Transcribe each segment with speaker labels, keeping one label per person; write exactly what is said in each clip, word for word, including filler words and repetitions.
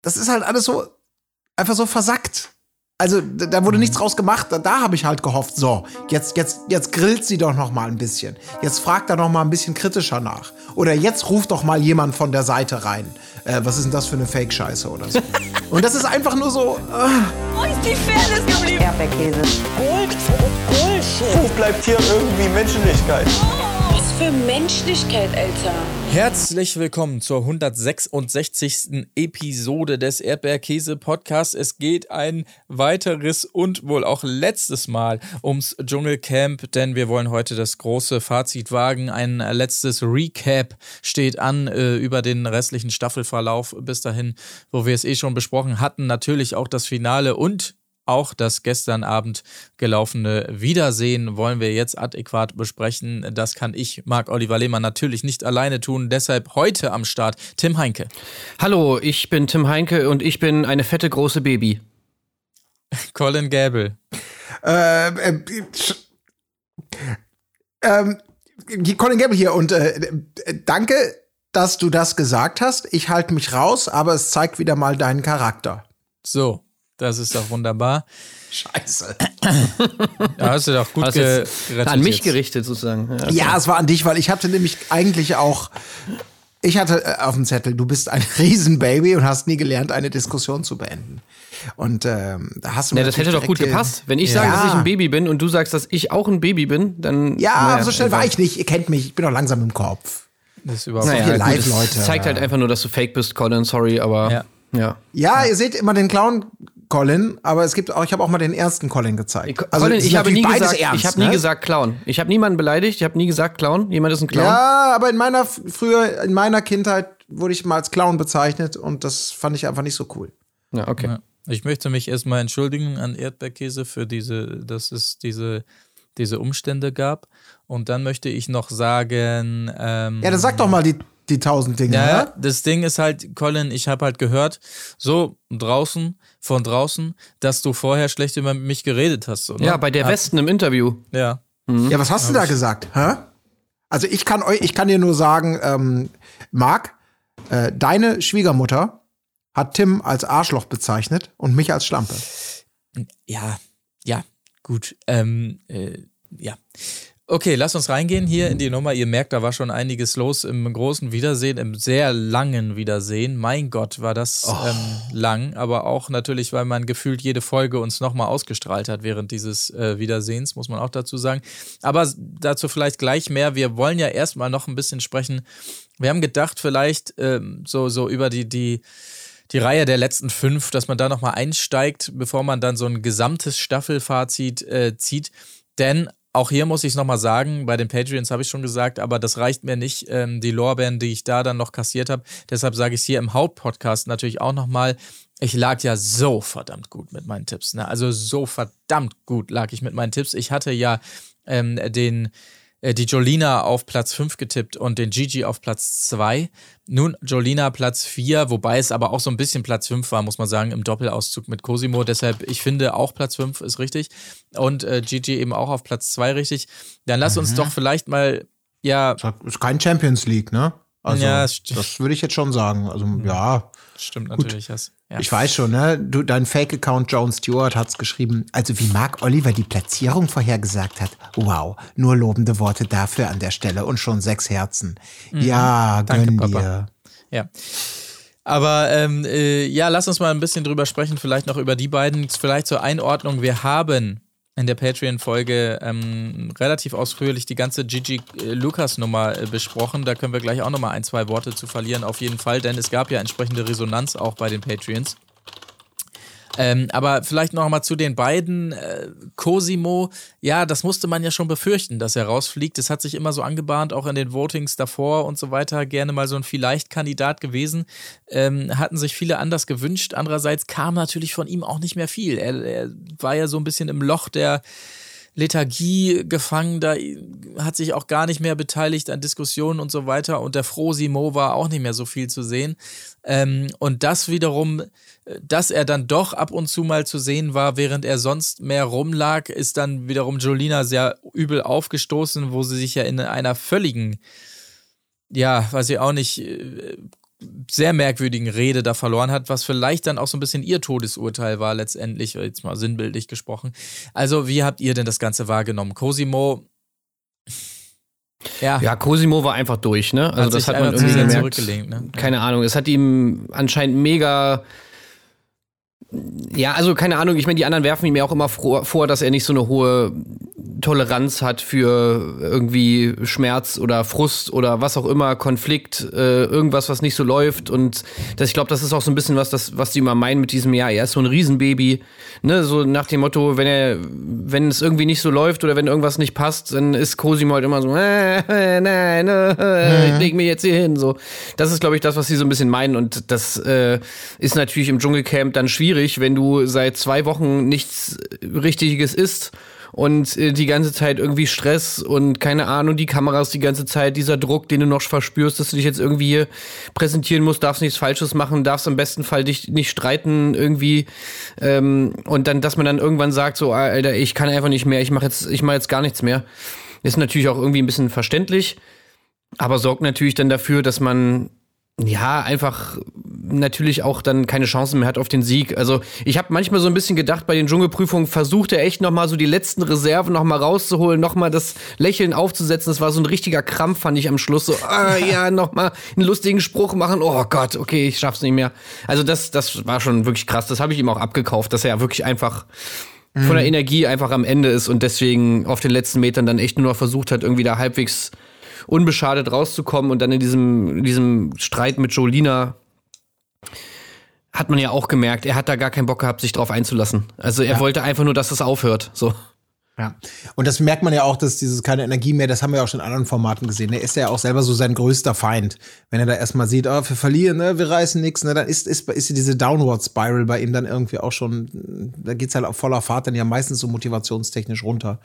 Speaker 1: das ist halt alles so, einfach so versackt. Also, da wurde nichts draus gemacht. Da, da habe ich halt gehofft, so, jetzt, jetzt, jetzt grillt sie doch noch mal ein bisschen. Jetzt fragt er noch mal ein bisschen kritischer nach. Oder jetzt ruft doch mal jemand von der Seite rein. Äh, was ist denn das für eine Fake-Scheiße oder so? Und das ist einfach nur so. Äh.
Speaker 2: Wo ist die Fairness geblieben?
Speaker 3: Erdbeerkäse.
Speaker 2: Gold, Bullshit.
Speaker 4: Wo bleibt hier irgendwie Menschlichkeit?
Speaker 2: Was für Menschlichkeit, Alter.
Speaker 5: Herzlich willkommen zur hundertsechsundsechzigsten Episode des Erdbeerkäse-Podcasts. Es geht ein weiteres und wohl auch letztes Mal ums Dschungelcamp, denn wir wollen heute das große Fazit wagen. Ein letztes Recap steht an äh, über den restlichen Staffelverlauf bis dahin, wo wir es eh schon besprochen hatten. Natürlich auch das Finale und auch das gestern Abend gelaufene Wiedersehen wollen wir jetzt adäquat besprechen. Das kann ich, Marc-Oliver Lehmann, natürlich nicht alleine tun. Deshalb heute am Start Tim Heinke.
Speaker 6: Hallo, ich bin Tim Heinke und ich bin eine fette große Baby.
Speaker 5: Colin Gäbel.
Speaker 1: Äh, äh, ähm, Colin Gäbel hier und äh, danke, dass du das gesagt hast. Ich halte mich raus, aber es zeigt wieder mal deinen Charakter.
Speaker 5: So. Das ist doch wunderbar.
Speaker 1: Scheiße.
Speaker 5: Ja, hast du doch gut
Speaker 6: hast
Speaker 5: ge- gerettet.
Speaker 6: An mich
Speaker 5: jetzt.
Speaker 6: gerichtet sozusagen. Ja, okay.
Speaker 1: Ja, es war an dich, weil ich hatte nämlich eigentlich auch, ich hatte äh, auf dem Zettel, du bist ein Riesenbaby und hast nie gelernt, eine Diskussion zu beenden. Und ähm, da hast du mir
Speaker 6: Ja, das hätte doch gut gepasst. Wenn ich
Speaker 1: ja.
Speaker 6: sage, dass ich ein Baby bin und du sagst, dass ich auch ein Baby bin, dann...
Speaker 1: Ja,
Speaker 6: naja,
Speaker 1: aber so schnell war
Speaker 6: einfach.
Speaker 1: ich nicht. Ihr kennt mich, ich bin doch langsam im Kopf.
Speaker 5: Das ist überhaupt
Speaker 6: Naja,
Speaker 1: hier
Speaker 6: gut,
Speaker 1: live,
Speaker 6: das
Speaker 1: Leute.
Speaker 6: zeigt halt einfach nur, dass du fake bist, Colin, sorry, aber
Speaker 5: Ja.
Speaker 6: ja.
Speaker 1: Ja, ihr seht immer den Clown Colin, aber es gibt auch, ich habe auch mal den ersten Colin gezeigt.
Speaker 6: Colin,
Speaker 1: Also, es ist
Speaker 6: ich habe nie
Speaker 1: natürlich beides
Speaker 6: gesagt,
Speaker 1: ernst,
Speaker 6: ich habe nie
Speaker 1: ne?
Speaker 6: gesagt Clown. Ich habe niemanden beleidigt, ich habe nie gesagt Clown. Jemand ist ein Clown.
Speaker 1: Ja, aber in meiner früher in meiner Kindheit wurde ich mal als Clown bezeichnet und das fand ich einfach nicht so cool.
Speaker 6: Ja, okay.
Speaker 5: Ja. Ich möchte mich erstmal entschuldigen an Erdbeerkäse für diese, dass es diese, diese Umstände gab. Und dann möchte ich noch sagen, ähm,
Speaker 1: Ja, dann sag doch mal die die tausend Dinge,
Speaker 5: ja,
Speaker 1: ne?
Speaker 5: das Ding ist halt, Colin, ich habe halt gehört, so draußen, von draußen, dass du vorher schlecht über mich geredet hast. So, ne?
Speaker 6: Ja, bei der
Speaker 5: Hab-
Speaker 6: Westen im Interview.
Speaker 5: Ja.
Speaker 1: Ja, was hast du da gesagt? Hä? Also ich kann euch, ich kann dir nur sagen, ähm, Marc, äh, deine Schwiegermutter hat Tim als Arschloch bezeichnet und mich als Schlampe.
Speaker 5: Ja, ja, gut. Ähm, äh, ja. Okay, lass uns reingehen hier in die Nummer. Ihr merkt, da war schon einiges los im großen Wiedersehen, im sehr langen Wiedersehen. Mein Gott, war das
Speaker 1: Oh.
Speaker 5: ähm, lang, aber auch natürlich, weil man gefühlt jede Folge uns nochmal ausgestrahlt hat während dieses äh, Wiedersehens, muss man auch dazu sagen. Aber dazu vielleicht gleich mehr. Wir wollen ja erstmal noch ein bisschen sprechen. Wir haben gedacht, vielleicht ähm, so, so über die, die Die Reihe der letzten fünf, dass man da nochmal einsteigt, bevor man dann so ein gesamtes Staffelfazit äh, zieht. Denn auch hier muss ich es nochmal sagen, bei den Patreons habe ich schon gesagt, aber das reicht mir nicht, ähm, die Lorbeeren, die ich da dann noch kassiert habe. Deshalb sage ich es hier im Hauptpodcast natürlich auch nochmal. Ich lag ja so verdammt gut mit meinen Tipps. Ne? Also so verdammt gut lag ich mit meinen Tipps. Ich hatte ja ähm, den die Jolina auf Platz fünf getippt und den Gigi auf Platz zwei. Nun Jolina Platz vier, wobei es aber auch so ein bisschen Platz fünf war, muss man sagen, im Doppelauszug mit Cosimo. Deshalb, ich finde auch Platz fünf ist richtig. Und äh, Gigi eben auch auf Platz zwei richtig. Dann lass uns
Speaker 1: Mhm.
Speaker 5: doch vielleicht mal, ja.
Speaker 1: Das ist kein Champions League, ne? Also,
Speaker 5: Ja, das st-
Speaker 1: das würde ich jetzt schon sagen. Also, ja.
Speaker 5: Stimmt
Speaker 1: Gut.
Speaker 5: natürlich. Das, ja.
Speaker 1: Ich weiß schon, ne? Du, dein Fake-Account Jon Stewart hat's geschrieben. Also wie Marc-Oliver die Platzierung vorhergesagt hat. Wow, nur lobende Worte dafür an der Stelle und schon sechs Herzen. Ja,
Speaker 5: Danke,
Speaker 1: gönn
Speaker 5: Papa.
Speaker 1: dir.
Speaker 5: Ja. Aber ähm, äh, ja, lass uns mal ein bisschen drüber sprechen, vielleicht noch über die beiden. Vielleicht zur Einordnung. Wir haben in der Patreon-Folge ähm, relativ ausführlich die ganze Gigi-Lukas-Nummer äh, besprochen. Da können wir gleich auch nochmal ein, zwei Worte zu verlieren, auf jeden Fall, denn es gab ja entsprechende Resonanz auch bei den Patreons. Ähm, aber vielleicht noch mal zu den beiden. Äh, Cosimo, ja, das musste man ja schon befürchten, dass er rausfliegt. Das hat sich immer so angebahnt, auch in den Votings davor und so weiter. Gerne mal so ein Vielleicht-Kandidat gewesen. Ähm, hatten sich viele anders gewünscht. Andererseits kam natürlich von ihm auch nicht mehr viel. Er, er war ja so ein bisschen im Loch der Lethargie gefangen, da hat sich auch gar nicht mehr beteiligt an Diskussionen und so weiter und der Frosimo war auch nicht mehr so viel zu sehen. Ähm, und das wiederum, dass er dann doch ab und zu mal zu sehen war, während er sonst mehr rumlag, ist dann wiederum Jolina sehr übel aufgestoßen, wo sie sich ja in einer völligen, ja, weiß ich auch nicht, sehr merkwürdigen Rede da verloren hat, was vielleicht dann auch so ein bisschen ihr Todesurteil war letztendlich, jetzt mal sinnbildlich gesprochen. Also wie habt ihr denn das Ganze wahrgenommen? Cosimo, ja.
Speaker 6: Ja, Cosimo war einfach durch, ne? Also
Speaker 5: hat
Speaker 6: das
Speaker 5: sich
Speaker 6: hat man
Speaker 5: einfach
Speaker 6: irgendwie
Speaker 5: zu sehr
Speaker 6: gemerkt.
Speaker 5: zurückgelehnt, ne?
Speaker 6: Keine Ahnung, es hat ihm anscheinend mega. Ja, also keine Ahnung, ich meine, die anderen werfen ihm ja auch immer vor, dass er nicht so eine hohe Toleranz hat für irgendwie Schmerz oder Frust oder was auch immer, Konflikt, äh, irgendwas, was nicht so läuft. Und das, ich glaube, das ist auch so ein bisschen was, das, was die immer meinen mit diesem, ja, er ist so ein Riesenbaby, ne, so nach dem Motto, wenn er, wenn es irgendwie nicht so läuft oder wenn irgendwas nicht passt, dann ist Cosimo halt immer so, äh, äh, nein, äh, ich leg mich jetzt hier hin, so. Das ist, glaube ich, das, was sie so ein bisschen meinen. Und das äh, ist natürlich im Dschungelcamp dann schwierig, wenn du seit zwei Wochen nichts Richtiges isst und äh, die ganze Zeit irgendwie Stress und keine Ahnung, die Kameras die ganze Zeit, dieser Druck, den du noch verspürst, dass du dich jetzt irgendwie hier präsentieren musst, darfst nichts Falsches machen, darfst im besten Fall dich nicht streiten irgendwie ähm, und dann, dass man dann irgendwann sagt, so, Alter, ich kann einfach nicht mehr, ich mache jetzt, ich mache jetzt gar nichts mehr, ist natürlich auch irgendwie ein bisschen verständlich, aber sorgt natürlich dann dafür, dass man ja, einfach natürlich auch dann keine Chancen mehr hat auf den Sieg. Also ich habe manchmal so ein bisschen gedacht, bei den Dschungelprüfungen versucht er echt noch mal so die letzten Reserven noch mal rauszuholen, noch mal das Lächeln aufzusetzen. Das war so ein richtiger Krampf, fand ich am Schluss. So, ah, ja, noch mal einen lustigen Spruch machen. Oh Gott, okay, ich schaff's nicht mehr. Also das, das war schon wirklich krass. Das habe ich ihm auch abgekauft, dass er ja wirklich einfach mhm. von der Energie einfach am Ende ist und deswegen auf den letzten Metern dann echt nur noch versucht hat, irgendwie da halbwegs unbeschadet rauszukommen und dann in diesem, in diesem Streit mit Jolina hat man ja auch gemerkt, er hat da gar keinen Bock gehabt, sich drauf einzulassen. Also er ja. wollte einfach nur, dass es aufhört. So.
Speaker 1: Ja. Und das merkt man ja auch, dass dieses keine Energie mehr, das haben wir ja auch schon in anderen Formaten gesehen. Er ist ja auch selber so sein größter Feind. Wenn er da erstmal sieht, oh, wir verlieren, ne, wir reißen nichts, ne, dann ist, ist, ist diese Downward Spiral bei ihm dann irgendwie auch schon, da geht's halt auf voller Fahrt dann ja meistens so motivationstechnisch runter.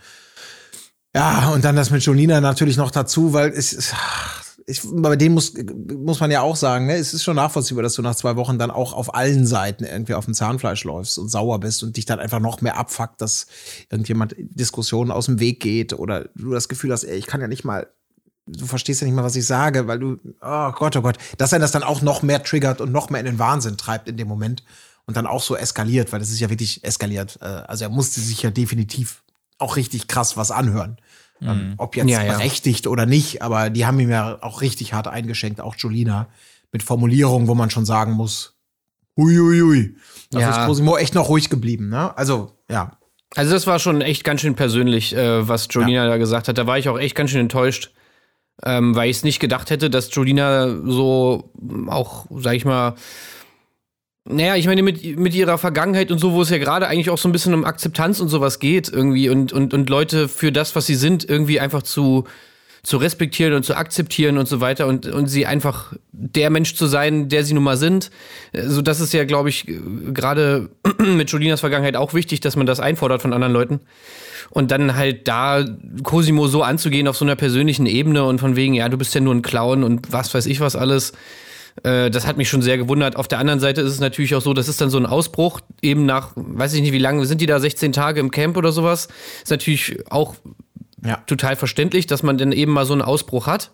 Speaker 1: Ja, und dann das mit Jolina natürlich noch dazu, weil es ist, ich, bei dem muss, muss man ja auch sagen, ne, es ist schon nachvollziehbar, dass du nach zwei Wochen dann auch auf allen Seiten irgendwie auf dem Zahnfleisch läufst und sauer bist und dich dann einfach noch mehr abfuckt, dass irgendjemand Diskussionen aus dem Weg geht oder du das Gefühl hast, ey, ich kann ja nicht mal, du verstehst ja nicht mal, was ich sage, weil du, oh Gott, oh Gott, dass er das dann auch noch mehr triggert und noch mehr in den Wahnsinn treibt in dem Moment und dann auch so eskaliert, weil das ist ja wirklich eskaliert. Also er musste sich ja definitiv auch richtig krass was anhören. Mhm. Ähm, ob jetzt
Speaker 6: ja, ja.
Speaker 1: berechtigt oder nicht, aber die haben ihm ja auch richtig hart eingeschenkt, auch Jolina, mit Formulierungen, wo man schon sagen muss, huiuiui. Da
Speaker 6: ja.
Speaker 1: ist Cosimo echt noch ruhig geblieben, ne? Also, ja.
Speaker 6: Also das war schon echt ganz schön persönlich, äh, was Jolina ja. da gesagt hat. Da war ich auch echt ganz schön enttäuscht, ähm, weil ich es nicht gedacht hätte, dass Jolina so auch, sag ich mal, naja, ich meine, mit, mit ihrer Vergangenheit und so, wo es ja gerade eigentlich auch so ein bisschen um Akzeptanz und sowas geht irgendwie und, und, und Leute für das, was sie sind, irgendwie einfach zu, zu respektieren und zu akzeptieren und so weiter und, und sie einfach der Mensch zu sein, der sie nun mal sind. So, das ist ja, glaube ich, gerade mit Jolinas Vergangenheit auch wichtig, dass man das einfordert von anderen Leuten. Und dann halt da Cosimo so anzugehen auf so einer persönlichen Ebene und von wegen, ja, du bist ja nur ein Clown und was weiß ich was alles. Das hat mich schon sehr gewundert. Auf der anderen Seite ist es natürlich auch so, das ist dann so ein Ausbruch, eben nach, weiß ich nicht, wie lange, sind die da, sechzehn Tage im Camp oder sowas? Ist natürlich auch ja. total verständlich, dass man dann eben mal so einen Ausbruch hat.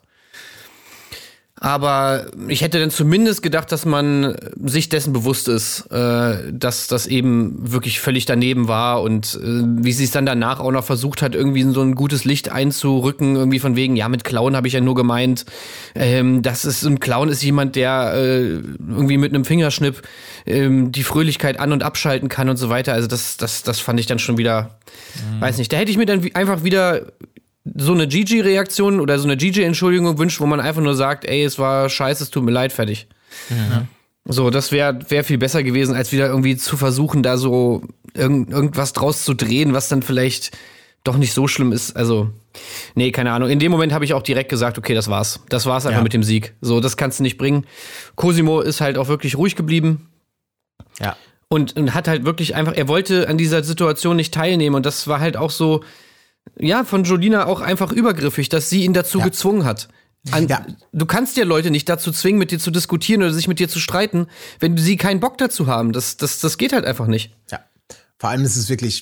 Speaker 6: Aber ich hätte dann zumindest gedacht, dass man sich dessen bewusst ist, äh, dass das eben wirklich völlig daneben war und äh, wie sie es dann danach auch noch versucht hat, irgendwie in so ein gutes Licht einzurücken, irgendwie von wegen, ja, mit Clown habe ich ja nur gemeint, ähm, das ist, ein Clown ist jemand, der äh, irgendwie mit einem Fingerschnipp ähm, die Fröhlichkeit an- und abschalten kann und so weiter. Also das, das, das fand ich dann schon wieder, mhm. weiß nicht, da hätte ich mir dann einfach wieder so eine Gigi-Reaktion oder so eine Gigi-Entschuldigung wünscht, wo man einfach nur sagt, ey, es war scheiße, es tut mir leid, fertig. Mhm. So, das wäre wär viel besser gewesen, als wieder irgendwie zu versuchen, da so irgend, irgendwas draus zu drehen, was dann vielleicht doch nicht so schlimm ist. Also, nee, keine Ahnung. In dem Moment habe ich auch direkt gesagt, okay, das war's. Das war's einfach ja. mit dem Sieg. So, das kannst du nicht bringen. Cosimo ist halt auch wirklich ruhig geblieben.
Speaker 1: Ja.
Speaker 6: Und, und hat halt wirklich einfach, er wollte an dieser Situation nicht teilnehmen und das war halt auch so, ja, von Jolina auch einfach übergriffig, dass sie ihn dazu ja. gezwungen hat. An, ja. Du kannst ja Leute nicht dazu zwingen, mit dir zu diskutieren oder sich mit dir zu streiten, wenn sie keinen Bock dazu haben. Das, das, das geht halt einfach nicht.
Speaker 1: Ja. Vor allem ist es wirklich,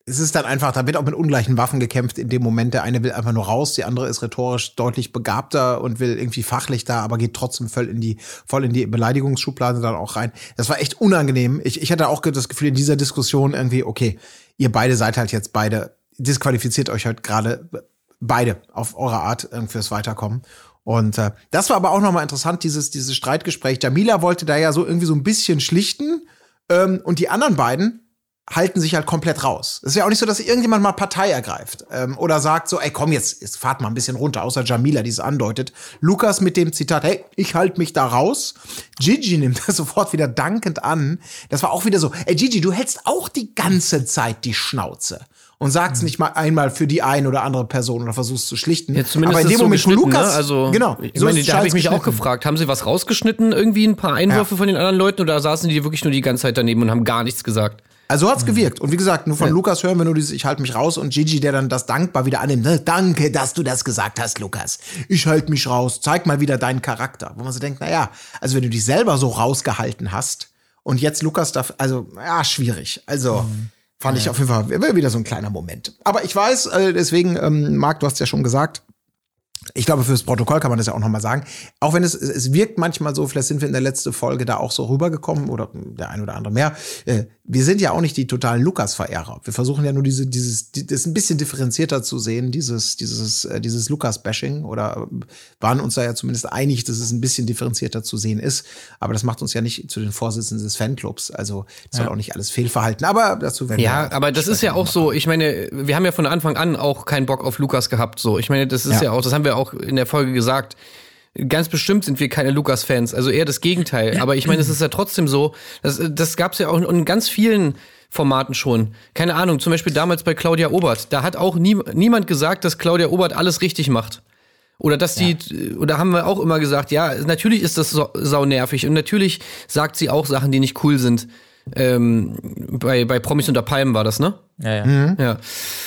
Speaker 1: es ist dann einfach, da wird auch mit ungleichen Waffen gekämpft in dem Moment. Der eine will einfach nur raus, die andere ist rhetorisch deutlich begabter und will irgendwie fachlich da, aber geht trotzdem voll in die, voll in die Beleidigungsschublade dann auch rein. Das war echt unangenehm. Ich, ich hatte auch das Gefühl in dieser Diskussion irgendwie, okay, ihr beide seid halt jetzt beide, disqualifiziert euch halt gerade beide auf eure Art fürs Weiterkommen. Und äh, das war aber auch nochmal interessant, dieses, dieses Streitgespräch. Jamila wollte da ja so irgendwie so ein bisschen schlichten ähm, und die anderen beiden halten sich halt komplett raus. Es ist ja auch nicht so, dass irgendjemand mal Partei ergreift ähm, oder sagt so, ey, komm, jetzt, jetzt fahrt mal ein bisschen runter, außer Jamila, die es andeutet. Lukas mit dem Zitat, hey, ich halte mich da raus. Gigi nimmt das sofort wieder dankend an. Das war auch wieder so, ey, Gigi, du hältst auch die ganze Zeit die Schnauze und sagst mhm. nicht mal einmal für die eine oder andere Person oder versuchst zu schlichten.
Speaker 6: Ja, zumindest
Speaker 1: aber in dem
Speaker 6: so
Speaker 1: Moment, wo Lukas,
Speaker 6: ne? also,
Speaker 1: genau,
Speaker 6: ich
Speaker 1: so
Speaker 6: meine,
Speaker 1: ist
Speaker 6: da habe ich mich auch
Speaker 1: geschnitten.
Speaker 6: gefragt, haben sie was rausgeschnitten, irgendwie ein paar Einwürfe
Speaker 1: Ja.
Speaker 6: von den anderen Leuten oder saßen die wirklich nur die ganze Zeit daneben und haben gar nichts gesagt?
Speaker 1: Also hat's gewirkt. Und wie gesagt, nur von
Speaker 6: Ja.
Speaker 1: Lukas hören wir nur dieses, ich halte mich raus und Gigi, der dann das dankbar wieder annimmt. Ne? Danke, dass du das gesagt hast, Lukas. Ich halte mich raus. Zeig mal wieder deinen Charakter. Wo man so denkt, na ja, also wenn du dich selber so rausgehalten hast und jetzt Lukas darf, also, ja, schwierig. Also, mhm. fand ja. ich auf jeden Fall wieder so ein kleiner Moment. Aber ich weiß, äh, deswegen, ähm, Marc, du hast ja schon gesagt, ich glaube, fürs Protokoll kann man das ja auch nochmal sagen. Auch wenn es, es wirkt manchmal so, vielleicht sind wir in der letzten Folge da auch so rübergekommen oder der ein oder andere mehr. Äh, wir sind ja auch nicht die totalen Lukas-Verehrer. Wir versuchen ja nur diese, dieses, das ein bisschen differenzierter zu sehen, dieses, dieses, äh, dieses Lukas-Bashing oder waren uns da ja zumindest einig, dass es ein bisschen differenzierter zu sehen ist. Aber das macht uns ja nicht zu den Vorsitzenden des Fanclubs. Also, das ja. soll auch nicht alles Fehlverhalten. Aber dazu werden
Speaker 6: Ja,
Speaker 1: wir
Speaker 6: aber das ist ja auch so, ich meine, wir haben ja von Anfang an auch keinen Bock auf Lukas gehabt. So, ich meine, das ist ja, ja auch, das haben wir auch in der Folge gesagt. Ganz bestimmt sind wir keine Lukas-Fans, also eher das Gegenteil. Aber ich meine, es ist ja trotzdem so, das, das gab es ja auch in ganz vielen Formaten schon. Keine Ahnung, zum Beispiel damals bei Claudia Obert. Da hat auch nie, niemand gesagt, dass Claudia Obert alles richtig macht. Oder dass die, ja. oder haben wir auch immer gesagt, ja, natürlich ist das so, sau nervig und natürlich sagt sie auch Sachen, die nicht cool sind. Ähm, bei, bei Promis unter Palmen war das, ne?
Speaker 5: Ja, ja.
Speaker 1: Mhm.
Speaker 6: Ja.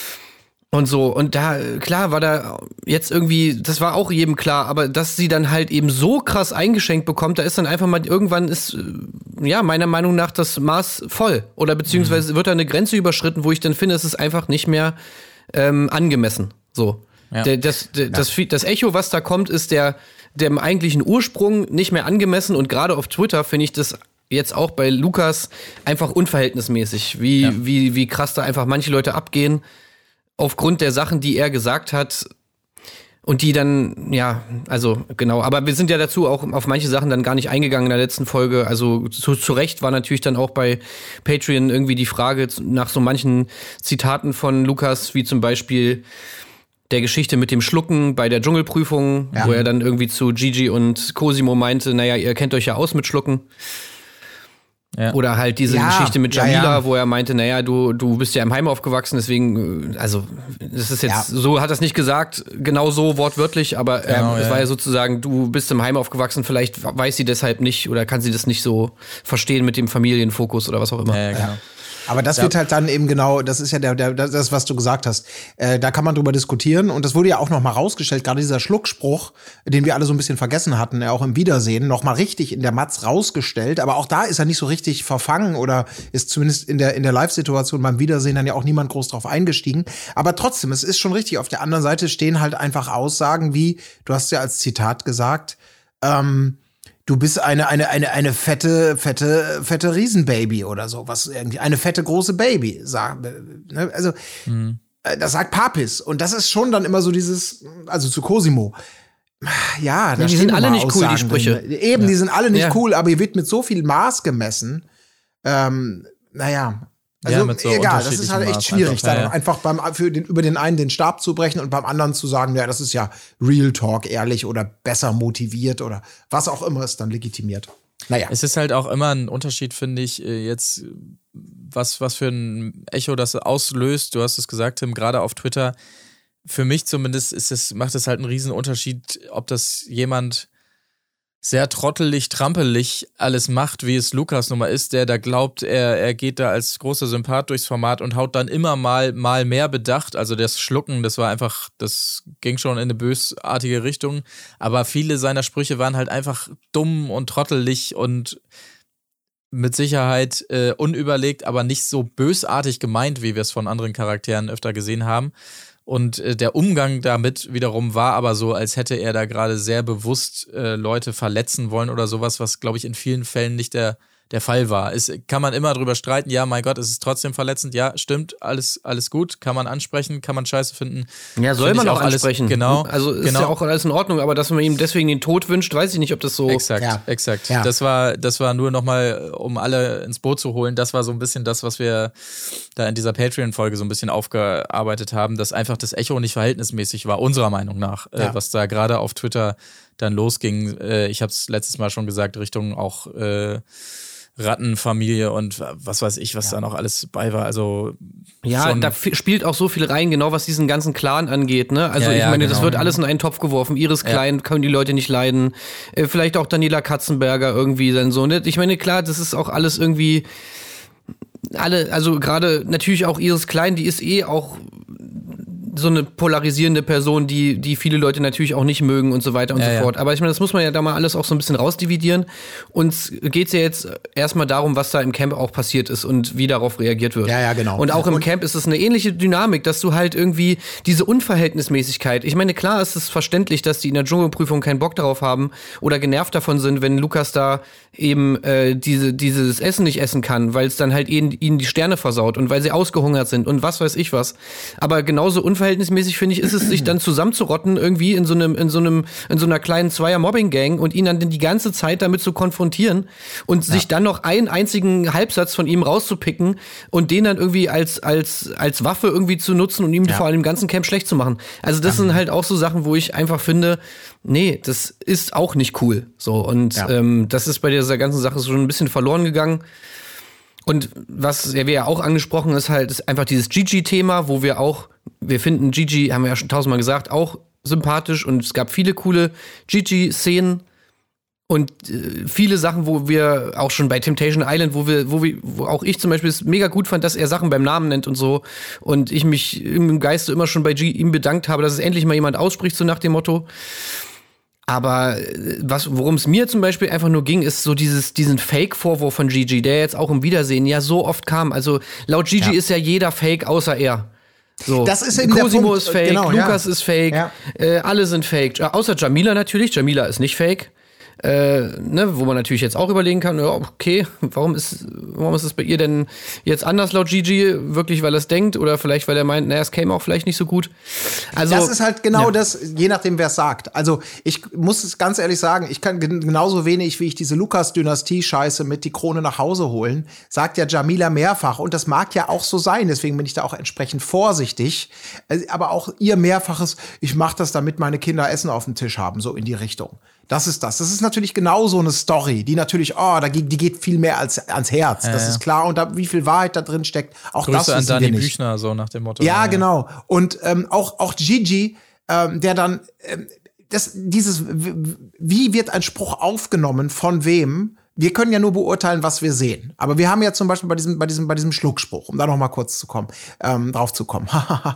Speaker 6: Und so, und da, klar, war da jetzt irgendwie, das war auch jedem klar, aber dass sie dann halt eben so krass eingeschenkt bekommt, da ist dann einfach mal, irgendwann ist, ja, meiner Meinung nach das Maß voll. Oder beziehungsweise mhm. wird da eine Grenze überschritten, wo ich dann finde, es ist einfach nicht mehr ähm, angemessen. So. Ja. Der, das, der, ja. das, das Echo, was da kommt, ist der, dem eigentlichen Ursprung nicht mehr angemessen und gerade auf Twitter finde ich das jetzt auch bei Lukas einfach unverhältnismäßig, wie, ja. wie, wie krass da einfach manche Leute abgehen. Aufgrund der Sachen, die er gesagt hat und die dann, ja, also genau, aber wir sind ja dazu auch auf manche Sachen dann gar nicht eingegangen in der letzten Folge, also zu, zu Recht war natürlich dann auch bei Patreon irgendwie die Frage nach so manchen Zitaten von Lukas, wie zum Beispiel der Geschichte mit dem Schlucken bei der Dschungelprüfung, ja. wo er dann irgendwie zu Gigi und Cosimo meinte, naja, ihr kennt euch ja aus mit Schlucken. Ja. Oder halt diese ja, Geschichte mit Jamila, ja, ja. wo er meinte, naja, du, du bist ja im Heim aufgewachsen, deswegen, also, das ist jetzt, ja. so hat er es nicht gesagt, genau so wortwörtlich, aber ähm, genau, es ja. war ja sozusagen, du bist im Heim aufgewachsen, vielleicht weiß sie deshalb nicht oder kann sie das nicht so verstehen mit dem Familienfokus oder was auch immer.
Speaker 5: Ja, ja, genau.
Speaker 1: Aber das ja. wird halt dann eben genau, das ist ja der, der, das, was du gesagt hast. Äh, da kann man drüber diskutieren und das wurde ja auch noch mal rausgestellt, gerade dieser Schluckspruch, den wir alle so ein bisschen vergessen hatten, auch im Wiedersehen, noch mal richtig in der Matz rausgestellt. Aber auch da ist er nicht so richtig verfangen oder ist zumindest in der, in der Live-Situation beim Wiedersehen dann ja auch niemand groß drauf eingestiegen. Aber trotzdem, es ist schon richtig. Auf der anderen Seite stehen halt einfach Aussagen wie, du hast ja als Zitat gesagt, ähm, du bist eine, eine, eine, eine fette, fette, fette Riesenbaby oder so, was irgendwie, eine fette große Baby, sagen, ne? Also, mhm. das sagt Papis. Und das ist schon dann immer so dieses, also zu Cosimo. Ja, da
Speaker 6: ja, die sind alle nicht Aussagen cool, die Sprüche.
Speaker 1: Drin. Eben, ja. die sind alle nicht
Speaker 6: ja.
Speaker 1: cool, aber hier wird mit so viel Maß gemessen. Ähm, naja. Also
Speaker 5: ja, mit so
Speaker 1: egal, das ist halt echt schwierig,
Speaker 5: einfach,
Speaker 1: dann
Speaker 5: ja.
Speaker 1: einfach beim, für den, über den einen den Stab zu brechen und beim anderen zu sagen, ja, das ist ja Real Talk, ehrlich oder besser motiviert oder was auch immer ist dann legitimiert. Naja.
Speaker 5: Es ist halt auch immer ein Unterschied, finde ich, jetzt, was, was für ein Echo das auslöst. Du hast es gesagt, Tim, gerade auf Twitter. Für mich zumindest ist es, macht es halt einen riesen Unterschied, ob das jemand sehr trottelig, trampelig alles macht, wie es Lukas nun mal ist, der da glaubt, er, er geht da als großer Sympath durchs Format und haut dann immer mal, mal mehr bedacht. Also das Schlucken, das war einfach, das ging schon in eine bösartige Richtung. Aber viele seiner Sprüche waren halt einfach dumm und trottelig und mit Sicherheit äh, unüberlegt, aber nicht so bösartig gemeint, wie wir es von anderen Charakteren öfter gesehen haben. Und äh, der Umgang damit wiederum war aber so, als hätte er da gerade sehr bewusst äh, Leute verletzen wollen oder sowas, was, glaube ich, in vielen Fällen nicht der der Fall war. Es kann man immer drüber streiten, ja, mein Gott, es ist trotzdem verletzend, ja, stimmt, alles, alles gut, kann man ansprechen, kann man scheiße finden.
Speaker 6: Ja, soll
Speaker 5: Find
Speaker 6: man
Speaker 5: ich
Speaker 6: auch ansprechen.
Speaker 5: Alles, genau.
Speaker 6: Also ist
Speaker 5: genau.
Speaker 6: ja auch alles in Ordnung, aber dass man ihm deswegen den Tod wünscht, weiß ich nicht, ob das so...
Speaker 5: Exakt,
Speaker 1: ja.
Speaker 5: exakt.
Speaker 1: Ja.
Speaker 5: Das war, das war nur nochmal, um alle ins Boot zu holen, das war so ein bisschen das, was wir da in dieser Patreon-Folge so ein bisschen aufgearbeitet haben, dass einfach das Echo nicht verhältnismäßig war, unserer Meinung nach,
Speaker 1: ja.
Speaker 5: äh, was da gerade auf Twitter dann losging. Äh, ich habe es letztes Mal schon gesagt, Richtung auch äh, Rattenfamilie und was weiß ich, was ja. da noch alles bei war. Also
Speaker 6: ja, da f- spielt auch so viel rein, genau was diesen ganzen Clan angeht. Ne? Also
Speaker 5: ja,
Speaker 6: ich
Speaker 5: ja,
Speaker 6: meine,
Speaker 5: genau.
Speaker 6: das wird alles in einen Topf geworfen. Iris Klein ja. können die Leute nicht leiden. Äh, vielleicht auch Daniela Katzenberger irgendwie dann so. Ne? Ich meine, klar, das ist auch alles irgendwie alle, also gerade natürlich auch Iris Klein, die ist eh auch so eine polarisierende Person, die die viele Leute natürlich auch nicht mögen und so weiter und
Speaker 5: ja,
Speaker 6: so fort.
Speaker 5: ja.
Speaker 6: Aber ich meine, das muss man ja da mal alles auch so ein bisschen rausdividieren. Uns geht's ja jetzt erstmal darum, was da im Camp auch passiert ist und wie darauf reagiert wird.
Speaker 1: Ja, ja, genau.
Speaker 6: Und auch im
Speaker 1: und
Speaker 6: Camp ist es eine ähnliche Dynamik, dass du halt irgendwie diese Unverhältnismäßigkeit, ich meine, klar ist es verständlich, dass die in der Dschungelprüfung keinen Bock darauf haben oder genervt davon sind, wenn Lukas da eben äh, diese dieses Essen nicht essen kann, weil es dann halt ihnen, ihnen die Sterne versaut und weil sie ausgehungert sind und was weiß ich was. Aber genauso unverhältnismäßig, finde ich, ist es, sich dann zusammenzurotten irgendwie in so einem, in so einem, in so einer kleinen Zweier-Mobbing-Gang und ihn dann die ganze Zeit damit zu konfrontieren und ja. sich dann noch einen einzigen Halbsatz von ihm rauszupicken und den dann irgendwie als, als, als Waffe irgendwie zu nutzen und ihm ja. vor allem im ganzen Camp schlecht zu machen. Also das ja. sind halt auch so Sachen, wo ich einfach finde, nee, das ist auch nicht cool. So, und ja. ähm, das ist bei dieser ganzen Sache schon ein bisschen verloren gegangen. Und was ja, wir ja auch angesprochen ist halt, ist einfach dieses Gigi-Thema, wo wir auch, wir finden Gigi, haben wir ja schon tausendmal gesagt, auch sympathisch und es gab viele coole Gigi-Szenen und äh, viele Sachen, wo wir auch schon bei Temptation Island, wo wir, wo wir, wo auch ich zum Beispiel es mega gut fand, dass er Sachen beim Namen nennt und so und ich mich im Geiste immer schon bei G ihm bedankt habe, dass es endlich mal jemand ausspricht, so nach dem Motto. Aber was, worum es mir zum Beispiel einfach nur ging, ist so dieses, diesen Fake-Vorwurf von Gigi, der jetzt auch im Wiedersehen ja so oft kam. Also laut Gigi ja. ist ja jeder Fake, außer er. So.
Speaker 1: Das ist eben
Speaker 6: Cosimo
Speaker 1: der Punkt.
Speaker 6: ist fake,
Speaker 1: genau,
Speaker 6: Lukas
Speaker 1: ja.
Speaker 6: ist fake,
Speaker 1: ja.
Speaker 6: äh, alle sind fake. Außer Jamila natürlich. Jamila ist nicht fake. Äh, ne, wo man natürlich jetzt auch überlegen kann, ja, okay, warum ist, warum ist es bei ihr denn jetzt anders laut Gigi? Wirklich, weil er es denkt oder vielleicht, weil er meint, naja, es käme auch vielleicht nicht so gut. Also,
Speaker 1: das ist halt genau
Speaker 6: ja.
Speaker 1: das, je nachdem, wer es sagt. Also, ich muss es ganz ehrlich sagen, ich kann genauso wenig, wie ich diese Lukas-Dynastie-Scheiße mit die Krone nach Hause holen, sagt ja Jamila mehrfach. Und das mag ja auch so sein, deswegen bin ich da auch entsprechend vorsichtig. Aber auch ihr mehrfaches, ich mache das, damit meine Kinder Essen auf dem Tisch haben, so in die Richtung. Das ist das. Das ist natürlich genau so eine Story, die natürlich, oh, da geht, die geht viel mehr als ans Herz.
Speaker 5: Ja,
Speaker 1: das
Speaker 5: ja.
Speaker 1: ist klar. Und da, wie viel Wahrheit da drin steckt, auch
Speaker 5: Grüße
Speaker 1: das wissen
Speaker 5: an Dani
Speaker 1: wir nicht.
Speaker 5: Büchner, so nach dem Motto.
Speaker 1: Ja,
Speaker 5: ja,
Speaker 1: genau. Und ähm, auch, auch Gigi, ähm, der dann, ähm, das, dieses, wie wird ein Spruch aufgenommen, von wem? Wir können ja nur beurteilen, was wir sehen. Aber wir haben ja zum Beispiel bei diesem, bei diesem, bei diesem Schluckspruch, um da noch mal kurz zu kommen, ähm, drauf zu kommen.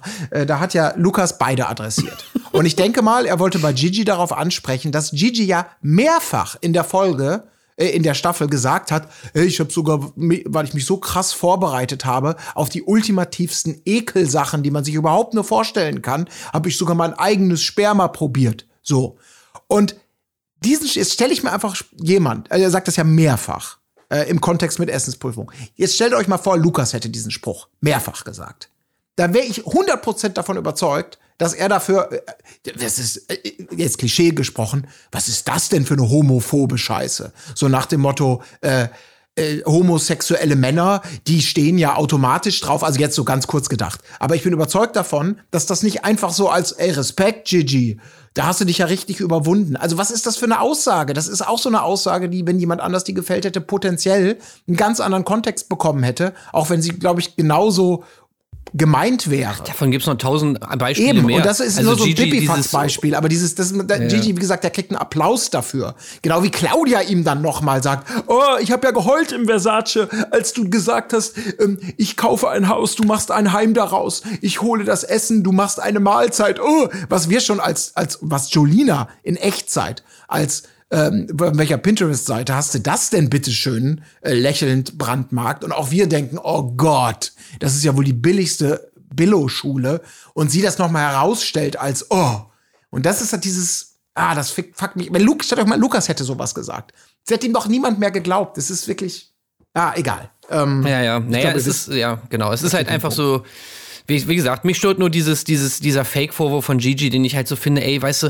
Speaker 1: Da hat ja Lukas beide adressiert. Und ich denke mal, er wollte bei Gigi darauf ansprechen, dass Gigi ja mehrfach in der Folge, äh, in der Staffel gesagt hat, hey, ich habe sogar, weil ich mich so krass vorbereitet habe auf die ultimativsten Ekelsachen, die man sich überhaupt nur vorstellen kann, habe ich sogar mein eigenes Sperma probiert. So. Und diesen, jetzt stelle ich mir einfach jemand, er sagt das ja mehrfach, äh, im Kontext mit Essensprüfung. Jetzt stellt euch mal vor, Lukas hätte diesen Spruch mehrfach gesagt. Da wäre ich hundert Prozent davon überzeugt, dass er dafür, äh, das ist äh, jetzt Klischee gesprochen, was ist das denn für eine homophobe Scheiße? So nach dem Motto, äh, äh, homosexuelle Männer, die stehen ja automatisch drauf, also jetzt so ganz kurz gedacht. Aber ich bin überzeugt davon, dass das nicht einfach so als, ey, Respekt, Gigi, da hast du dich ja richtig überwunden. Also was ist das für eine Aussage? Das ist auch so eine Aussage, die, wenn jemand anders die gefällt hätte, potenziell einen ganz anderen Kontext bekommen hätte. Auch wenn sie, glaube ich, genauso gemeint wäre.
Speaker 6: Davon gibt's noch tausend Beispiele
Speaker 1: Eben,
Speaker 6: mehr.
Speaker 1: und das ist
Speaker 6: also
Speaker 1: nur so ein
Speaker 6: Gigi,
Speaker 1: Pipifax-Beispiel, aber dieses, das, da,
Speaker 6: ja.
Speaker 1: Gigi, wie gesagt, der kriegt einen Applaus dafür. Genau wie Claudia ihm dann noch mal sagt, oh, ich habe ja geheult im Versace, als du gesagt hast, ähm, ich kaufe ein Haus, du machst ein Heim daraus, ich hole das Essen, du machst eine Mahlzeit, oh, was wir schon als, als was Jolina in Echtzeit als ähm, auf welcher Pinterest-Seite hast du das denn bitteschön äh, lächelnd brandmarkt? Und auch wir denken, oh Gott, das ist ja wohl die billigste Billo-Schule. Und sie das nochmal herausstellt als, oh. Und das ist halt dieses, ah, das fuckt mich. Wenn Lukas, stellt euch mal, Lukas hätte sowas gesagt. Es hätte ihm doch niemand mehr geglaubt. Das ist wirklich, ah, egal. Ähm,
Speaker 6: ja, ja, naja,
Speaker 1: glaube,
Speaker 6: es ist, ja, genau, es ist halt einfach so, wie, wie gesagt, mich stört nur dieses, dieses, dieser Fake-Vorwurf von Gigi, den ich halt so finde, ey, weißt du,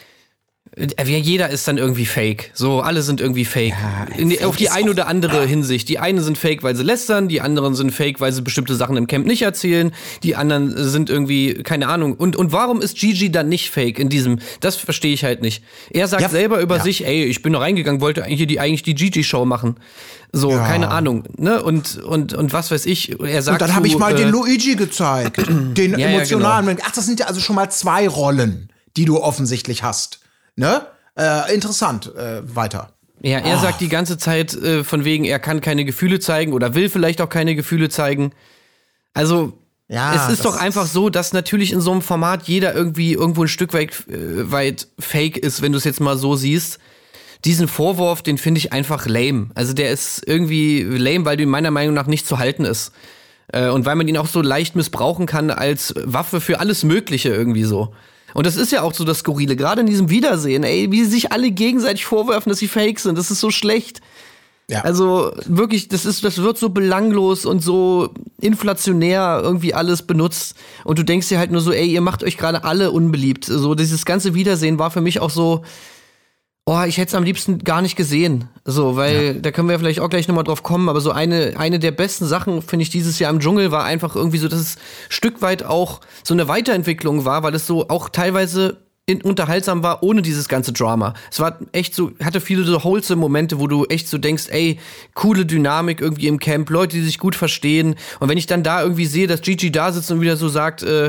Speaker 6: jeder ist dann irgendwie fake. So, alle sind irgendwie fake.
Speaker 1: Ja,
Speaker 6: In die,
Speaker 1: fake
Speaker 6: auf die
Speaker 1: ist
Speaker 6: eine
Speaker 1: auch-
Speaker 6: oder andere Hinsicht. Die einen sind fake, weil sie lästern, die anderen sind fake, weil sie bestimmte Sachen im Camp nicht erzählen, die anderen sind irgendwie, keine Ahnung. Und, und warum ist Gigi dann nicht fake in diesem, das verstehe ich halt nicht. Er sagt
Speaker 1: Ja,
Speaker 6: selber über
Speaker 1: ja.
Speaker 6: sich, ey, ich bin da reingegangen, wollte eigentlich die, eigentlich die Gigi-Show machen. So,
Speaker 1: Ja.
Speaker 6: keine Ahnung, ne? Und, und, und was weiß ich, er sagt
Speaker 1: Und dann
Speaker 6: zu,
Speaker 1: habe ich mal
Speaker 6: äh,
Speaker 1: den Luigi gezeigt. Den
Speaker 6: Ja, ja,
Speaker 1: emotionalen. Ach, das sind ja also schon mal zwei Rollen, die du offensichtlich hast. Ne? Äh, interessant. Äh, weiter.
Speaker 6: Ja, er
Speaker 1: Ah.
Speaker 6: sagt die ganze Zeit äh, von wegen, er kann keine Gefühle zeigen oder will vielleicht auch keine Gefühle zeigen. Also,
Speaker 1: Ja,
Speaker 6: es ist
Speaker 1: das
Speaker 6: doch einfach so, dass natürlich in so einem Format jeder irgendwie irgendwo ein Stück weit, äh, weit fake ist, wenn du es jetzt mal so siehst. Diesen Vorwurf, den finde ich einfach lame. Also der ist irgendwie lame, weil du meiner Meinung nach nicht zu halten ist. Äh, und weil man ihn auch so leicht missbrauchen kann als Waffe für alles Mögliche irgendwie so. Und das ist ja auch so das Skurrile, gerade in diesem Wiedersehen, ey, wie sie sich alle gegenseitig vorwerfen, dass sie fake sind. Das ist so schlecht.
Speaker 1: Ja.
Speaker 6: Also wirklich, das ist, das wird so belanglos und so inflationär irgendwie alles benutzt. Und du denkst dir halt nur so, ey, ihr macht euch gerade alle unbeliebt. So, dieses ganze Wiedersehen war für mich auch so, oh, ich hätte es am liebsten gar nicht gesehen. So, weil, da können wir vielleicht auch gleich nochmal drauf kommen, aber so eine, eine der besten Sachen, finde ich, dieses Jahr im Dschungel war einfach irgendwie so, dass es Stück weit auch so eine Weiterentwicklung war, weil es so auch teilweise in, unterhaltsam war, ohne dieses ganze Drama. Es war echt so, hatte viele so wholesome Momente, wo du echt so denkst, ey, coole Dynamik irgendwie im Camp, Leute, die sich gut verstehen. Und wenn ich dann da irgendwie sehe, dass Gigi da sitzt und wieder so sagt, äh,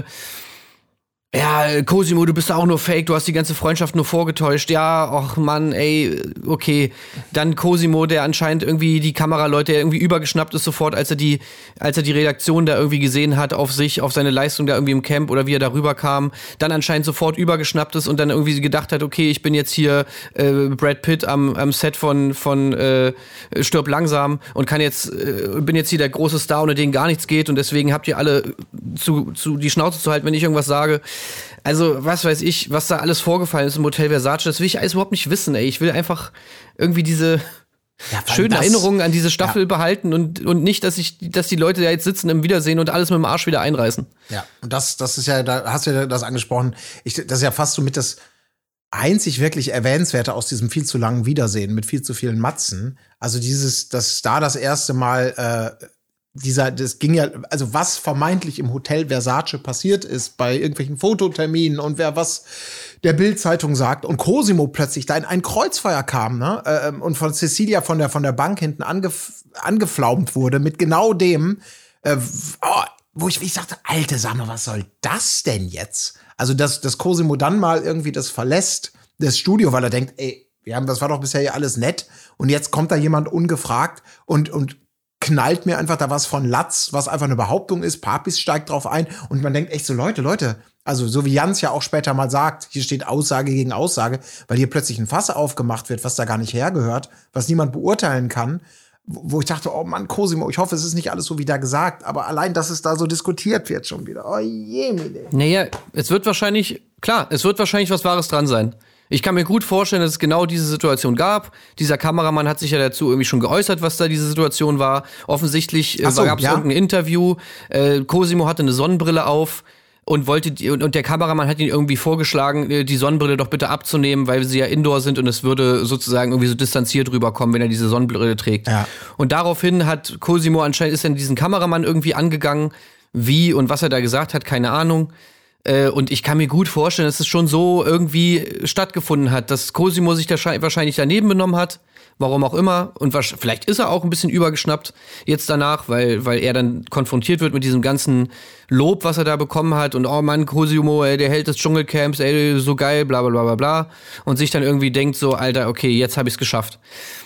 Speaker 6: ja, Cosimo, du bist auch nur fake, du hast die ganze Freundschaft nur vorgetäuscht. Ja, ach Mann, ey, okay. Dann Cosimo, der anscheinend irgendwie die Kameraleute irgendwie übergeschnappt ist sofort, als er die, als er die Reaktion da irgendwie gesehen hat auf sich, auf seine Leistung da irgendwie im Camp oder wie er da rüberkam. Dann anscheinend sofort übergeschnappt ist und dann irgendwie gedacht hat, okay, ich bin jetzt hier äh, Brad Pitt am, am Set von, von äh, Stirb langsam und kann jetzt, äh, bin jetzt hier der große Star, ohne den gar nichts geht und deswegen habt ihr alle zu, zu die Schnauze zu halten, wenn ich irgendwas sage. Also, was weiß ich, was da alles vorgefallen ist im Hotel Versace, das will ich alles überhaupt nicht wissen, ey. Ich will einfach irgendwie diese
Speaker 1: Ja, weil
Speaker 6: schönen
Speaker 1: das-
Speaker 6: Erinnerungen an diese Staffel behalten und, und nicht, dass ich, dass die Leute da jetzt sitzen im Wiedersehen und alles mit dem Arsch wieder einreißen.
Speaker 1: Ja, und das, das ist ja, da hast du ja das angesprochen. Ich, das ist ja fast so mit das einzig wirklich Erwähnenswerte aus diesem viel zu langen Wiedersehen mit viel zu vielen Matzen. Also dieses, dass da das erste Mal äh, dieser, das ging ja, also was vermeintlich im Hotel Versace passiert ist bei irgendwelchen Fototerminen und wer was der Bild-Zeitung sagt und Cosimo plötzlich da in ein Kreuzfeuer kam, ne, ähm, und von Cecilia von der von der Bank hinten angef angeflaumt wurde mit genau dem, äh, oh, wo ich, ich sagte, alte Samme, was soll das denn jetzt? Also dass dass Cosimo dann mal irgendwie das verlässt, das Studio, weil er denkt, ey, wir haben, das war doch bisher ja alles nett und jetzt kommt da jemand ungefragt und und knallt mir einfach da was von Latz, was einfach eine Behauptung ist. Papis steigt drauf ein und man denkt echt so, Leute, Leute, also so wie Jans ja auch später mal sagt, hier steht Aussage gegen Aussage, weil hier plötzlich ein Fass aufgemacht wird, was da gar nicht hergehört, was niemand beurteilen kann, wo ich dachte, oh Mann, Cosimo, ich hoffe, es ist nicht alles so wie da gesagt, aber allein, dass es da so diskutiert wird schon wieder. Oh je, Mine.
Speaker 6: Naja, es wird wahrscheinlich, klar, es wird wahrscheinlich was Wahres dran sein. Ich kann mir gut vorstellen, dass es genau diese Situation gab. Dieser Kameramann hat sich ja dazu irgendwie schon geäußert, was da diese Situation war. Offensichtlich äh,
Speaker 1: Ach so,
Speaker 6: gab es
Speaker 1: ja?
Speaker 6: irgendein Interview. Äh, Cosimo hatte eine Sonnenbrille auf und wollte die, und, und der Kameramann hat ihn irgendwie vorgeschlagen, äh, die Sonnenbrille doch bitte abzunehmen, weil sie ja indoor sind und es würde sozusagen irgendwie so distanziert rüberkommen, wenn er diese Sonnenbrille trägt.
Speaker 1: Ja.
Speaker 6: Und daraufhin hat Cosimo anscheinend, ist dann diesen Kameramann irgendwie angegangen. Wie und was er da gesagt hat, keine Ahnung. Und ich kann mir gut vorstellen, dass es schon so irgendwie stattgefunden hat, dass Cosimo sich da wahrscheinlich daneben benommen hat, warum auch immer. Und vielleicht ist er auch ein bisschen übergeschnappt jetzt danach, weil, weil er dann konfrontiert wird mit diesem ganzen Lob, was er da bekommen hat. Und oh Mann, Cosimo, ey, der Held des Dschungelcamps, ey, so geil, bla bla bla bla bla. Und sich dann irgendwie denkt so, Alter, okay, jetzt hab ich's geschafft.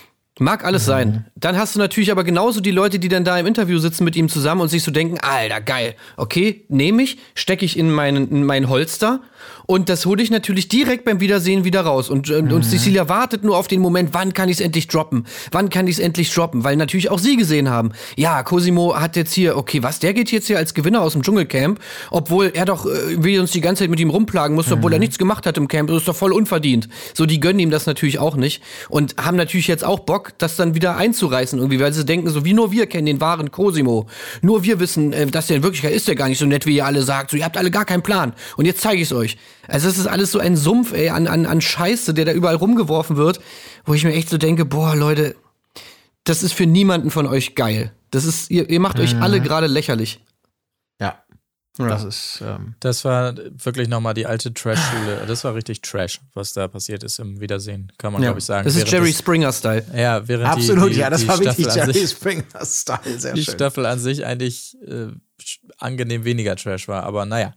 Speaker 6: Mag alles sein. Dann hast du natürlich aber genauso die Leute, die dann da im Interview sitzen mit ihm zusammen und sich so denken, Alter, geil, okay, nehme ich, stecke ich in meinen, in mein Holster Und das hole ich natürlich direkt beim Wiedersehen wieder raus. Und, und, mhm. und Cecilia wartet nur auf den Moment, wann kann ich es endlich droppen? Wann kann ich es endlich droppen? Weil natürlich auch sie gesehen haben, ja, Cosimo hat jetzt hier, okay, was, der geht jetzt hier als Gewinner aus dem Dschungelcamp, obwohl er doch, äh, wir uns die ganze Zeit mit ihm rumplagen muss, mhm. obwohl er nichts gemacht hat im Camp. Das ist doch voll unverdient. So, die gönnen ihm das natürlich auch nicht. Und haben natürlich jetzt auch Bock, das dann wieder einzureißen irgendwie, weil sie denken, so wie nur wir kennen den wahren Cosimo. Nur wir wissen, äh, dass der in Wirklichkeit ist der gar nicht so nett, wie ihr alle sagt. So, ihr habt alle gar keinen Plan. Und jetzt zeige ich es euch. Also es ist alles so ein Sumpf, ey, an, an, an Scheiße, der da überall rumgeworfen wird, wo ich mir echt so denke, boah, Leute, das ist für niemanden von euch geil. Das ist, ihr, ihr macht mhm. euch alle gerade lächerlich.
Speaker 1: Ja. Das ist, ähm
Speaker 5: Das war wirklich nochmal die alte Trash-Schule. Das war richtig Trash, was da passiert ist im Wiedersehen, kann man,
Speaker 6: ja.
Speaker 5: glaube ich, sagen.
Speaker 6: Das ist Jerry Springer-Style.
Speaker 5: Ja, während
Speaker 1: Absolut,
Speaker 5: die, die,
Speaker 1: ja, das
Speaker 5: die
Speaker 1: war
Speaker 5: Staffel
Speaker 1: wirklich Jerry
Speaker 5: sich,
Speaker 1: Springer-Style, sehr
Speaker 5: die
Speaker 1: schön.
Speaker 5: Staffel an sich eigentlich äh, angenehm weniger Trash war, aber naja.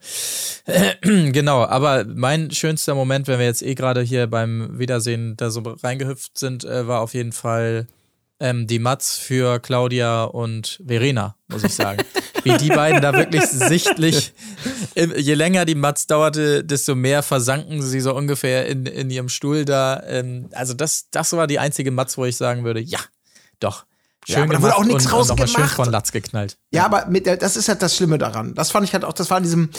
Speaker 5: Genau, aber mein schönster Moment, wenn wir jetzt eh gerade hier beim Wiedersehen da so reingehüpft sind, äh, war auf jeden Fall ähm, die Mats für Claudia und Verena, muss ich sagen. Wie die beiden da wirklich sichtlich, je länger die Mats dauerte, desto mehr versanken sie so ungefähr in, in ihrem Stuhl da. Ähm, also das, das war die einzige Mats, wo ich sagen würde, ja, doch. Schön
Speaker 1: ja, aber
Speaker 5: gemacht
Speaker 1: da wurde auch nichts
Speaker 5: und,
Speaker 1: draus
Speaker 5: und nochmal
Speaker 1: gemacht.
Speaker 5: schön von Latz geknallt.
Speaker 1: Ja, aber mit der, das ist halt das Schlimme daran. Das fand ich halt auch, das war in diesem,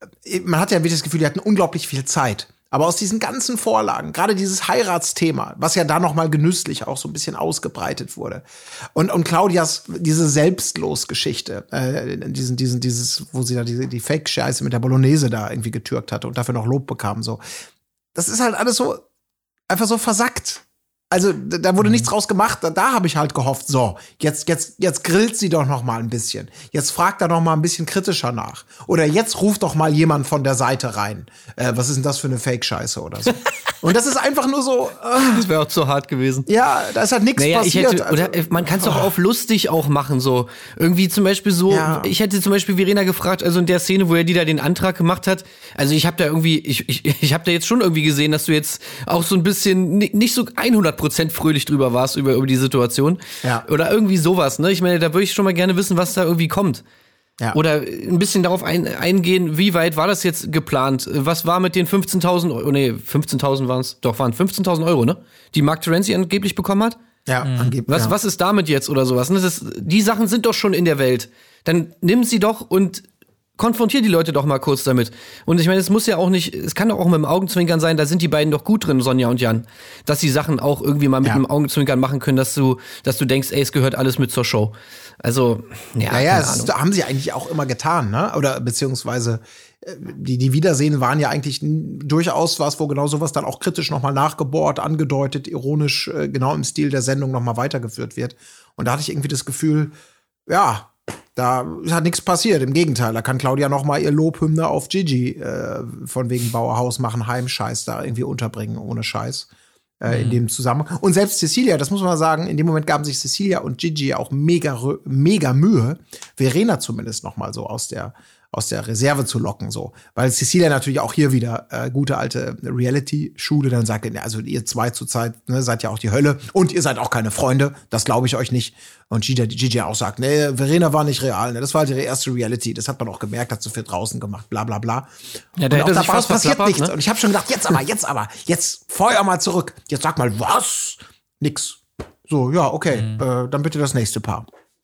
Speaker 1: man hat ja wirklich das Gefühl, die hatten unglaublich viel Zeit. Aber aus diesen ganzen Vorlagen, gerade dieses Heiratsthema, was ja da noch mal genüsslich auch so ein bisschen ausgebreitet wurde. Und, und Claudias, diese Selbstlos-Geschichte, äh, diesen, diesen, dieses, wo sie da diese, die Fake-Scheiße mit der Bolognese da irgendwie getürkt hatte und dafür noch Lob bekam, so. Das ist halt alles so, einfach so versackt. Also, da wurde mhm. nichts draus gemacht. Da, da habe ich halt gehofft, so, jetzt, jetzt, jetzt grillt sie doch noch mal ein bisschen. Jetzt fragt er noch mal ein bisschen kritischer nach. Oder jetzt ruft doch mal jemand von der Seite rein. Äh, was ist denn das für eine Fake-Scheiße oder so? Und das ist einfach nur so. Äh,
Speaker 6: das wäre auch zu hart gewesen.
Speaker 1: Ja, da ist halt nichts
Speaker 6: naja,
Speaker 1: passiert.
Speaker 6: Ich hätte, oder also, man kann es auch auf lustig auch machen, so. Irgendwie zum Beispiel so, ja. Ich hätte zum Beispiel Verena gefragt, also in der Szene, wo er die da den Antrag gemacht hat, also ich habe da irgendwie, ich, ich, ich habe da jetzt schon irgendwie gesehen, dass du jetzt auch so ein bisschen nicht so hundert Prozent fröhlich drüber warst über, über die Situation.
Speaker 1: Ja.
Speaker 6: Oder irgendwie sowas, ne? Ich meine, da würde ich schon mal gerne wissen, was da irgendwie kommt. Ja. Oder ein bisschen darauf ein, eingehen, wie weit war das jetzt geplant? Was war mit den fünfzehntausend Euro? Nee, fünfzehntausend waren es. Doch, waren fünfzehntausend Euro, ne? Die Mark Terenzi angeblich bekommen hat?
Speaker 1: Ja, mhm. angeblich.
Speaker 6: Was,
Speaker 1: ja.
Speaker 6: was ist damit jetzt oder sowas? Das ist, die Sachen sind doch schon in der Welt. Dann nimm sie doch und konfrontier die Leute doch mal kurz damit. Und ich meine, es muss ja auch nicht, es kann doch auch mit dem Augenzwinkern sein, da sind die beiden doch gut drin, Sonja und Jan, dass die Sachen auch irgendwie mal mit ja. dem Augenzwinkern machen können, dass du, dass du denkst, ey, es gehört alles mit zur Show. Also, ja,
Speaker 1: naja, das haben sie eigentlich auch immer getan, ne? Oder beziehungsweise die, die Wiedersehen waren ja eigentlich durchaus was, wo genau sowas dann auch kritisch nochmal nachgebohrt, angedeutet, ironisch, äh, genau im Stil der Sendung nochmal weitergeführt wird. Und da hatte ich irgendwie das Gefühl, ja, da hat nichts passiert. Im Gegenteil, da kann Claudia noch mal ihr Lobhymne auf Gigi äh, von wegen Bauerhaus machen, Heimscheiß da irgendwie unterbringen, ohne Scheiß. Äh, mhm. In dem Zusammenhang. Und selbst Cecilia, das muss man sagen, in dem Moment gaben sich Cecilia und Gigi auch mega, mega Mühe, Verena zumindest noch mal so aus der aus der Reserve zu locken, so. Weil Cecilia natürlich auch hier wieder äh, gute alte Reality-Schule dann sagt, also ihr zwei zur Zeit, ne, seid ja auch die Hölle und ihr seid auch keine Freunde, das glaube ich euch nicht. Und Gigi, Gigi auch sagt, nee, Verena war nicht real, ne, das war halt ihre erste Reality, das hat man auch gemerkt, hat so viel draußen gemacht, bla bla bla.
Speaker 6: Ja, da
Speaker 1: und auch
Speaker 6: hätte sich fast
Speaker 1: passiert nichts.
Speaker 6: Ne?
Speaker 1: Und ich habe schon gedacht, jetzt aber, jetzt aber, jetzt feuer mal zurück. Jetzt sag mal, was? Nix. So, ja, okay, mhm. äh, dann bitte das nächste Paar.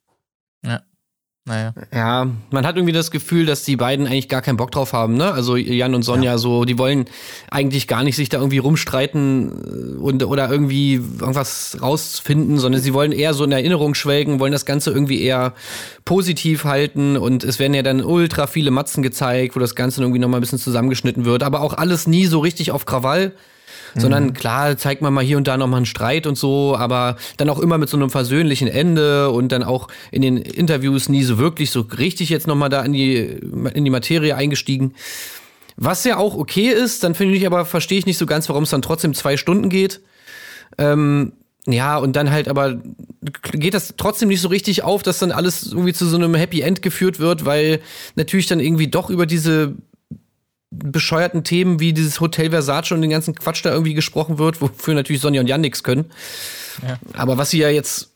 Speaker 5: Ja. Naja.
Speaker 6: Ja, man hat irgendwie das Gefühl, dass die beiden eigentlich gar keinen Bock drauf haben, ne? Also Jan und Sonja, ja. so, die wollen eigentlich gar nicht sich da irgendwie rumstreiten und oder irgendwie irgendwas rausfinden, sondern sie wollen eher so in Erinnerung schwelgen, wollen das Ganze irgendwie eher positiv halten und es werden ja dann ultra viele Matzen gezeigt, wo das Ganze irgendwie nochmal ein bisschen zusammengeschnitten wird, aber auch alles nie so richtig auf Krawall. Sondern klar, zeigt man mal hier und da nochmal einen Streit und so, aber dann auch immer mit so einem versöhnlichen Ende und dann auch in den Interviews nie so wirklich so richtig jetzt nochmal da in die, in die Materie eingestiegen. Was ja auch okay ist, dann finde ich aber, verstehe ich nicht so ganz, warum es dann trotzdem zwei Stunden geht. Ähm, ja, und dann halt aber geht das trotzdem nicht so richtig auf, dass dann alles irgendwie zu so einem Happy End geführt wird, weil natürlich dann irgendwie doch über diese bescheuerten Themen wie dieses Hotel Versace und den ganzen Quatsch da irgendwie gesprochen wird, wofür natürlich Sonja und Jan nichts können. Ja. Aber was sie ja jetzt,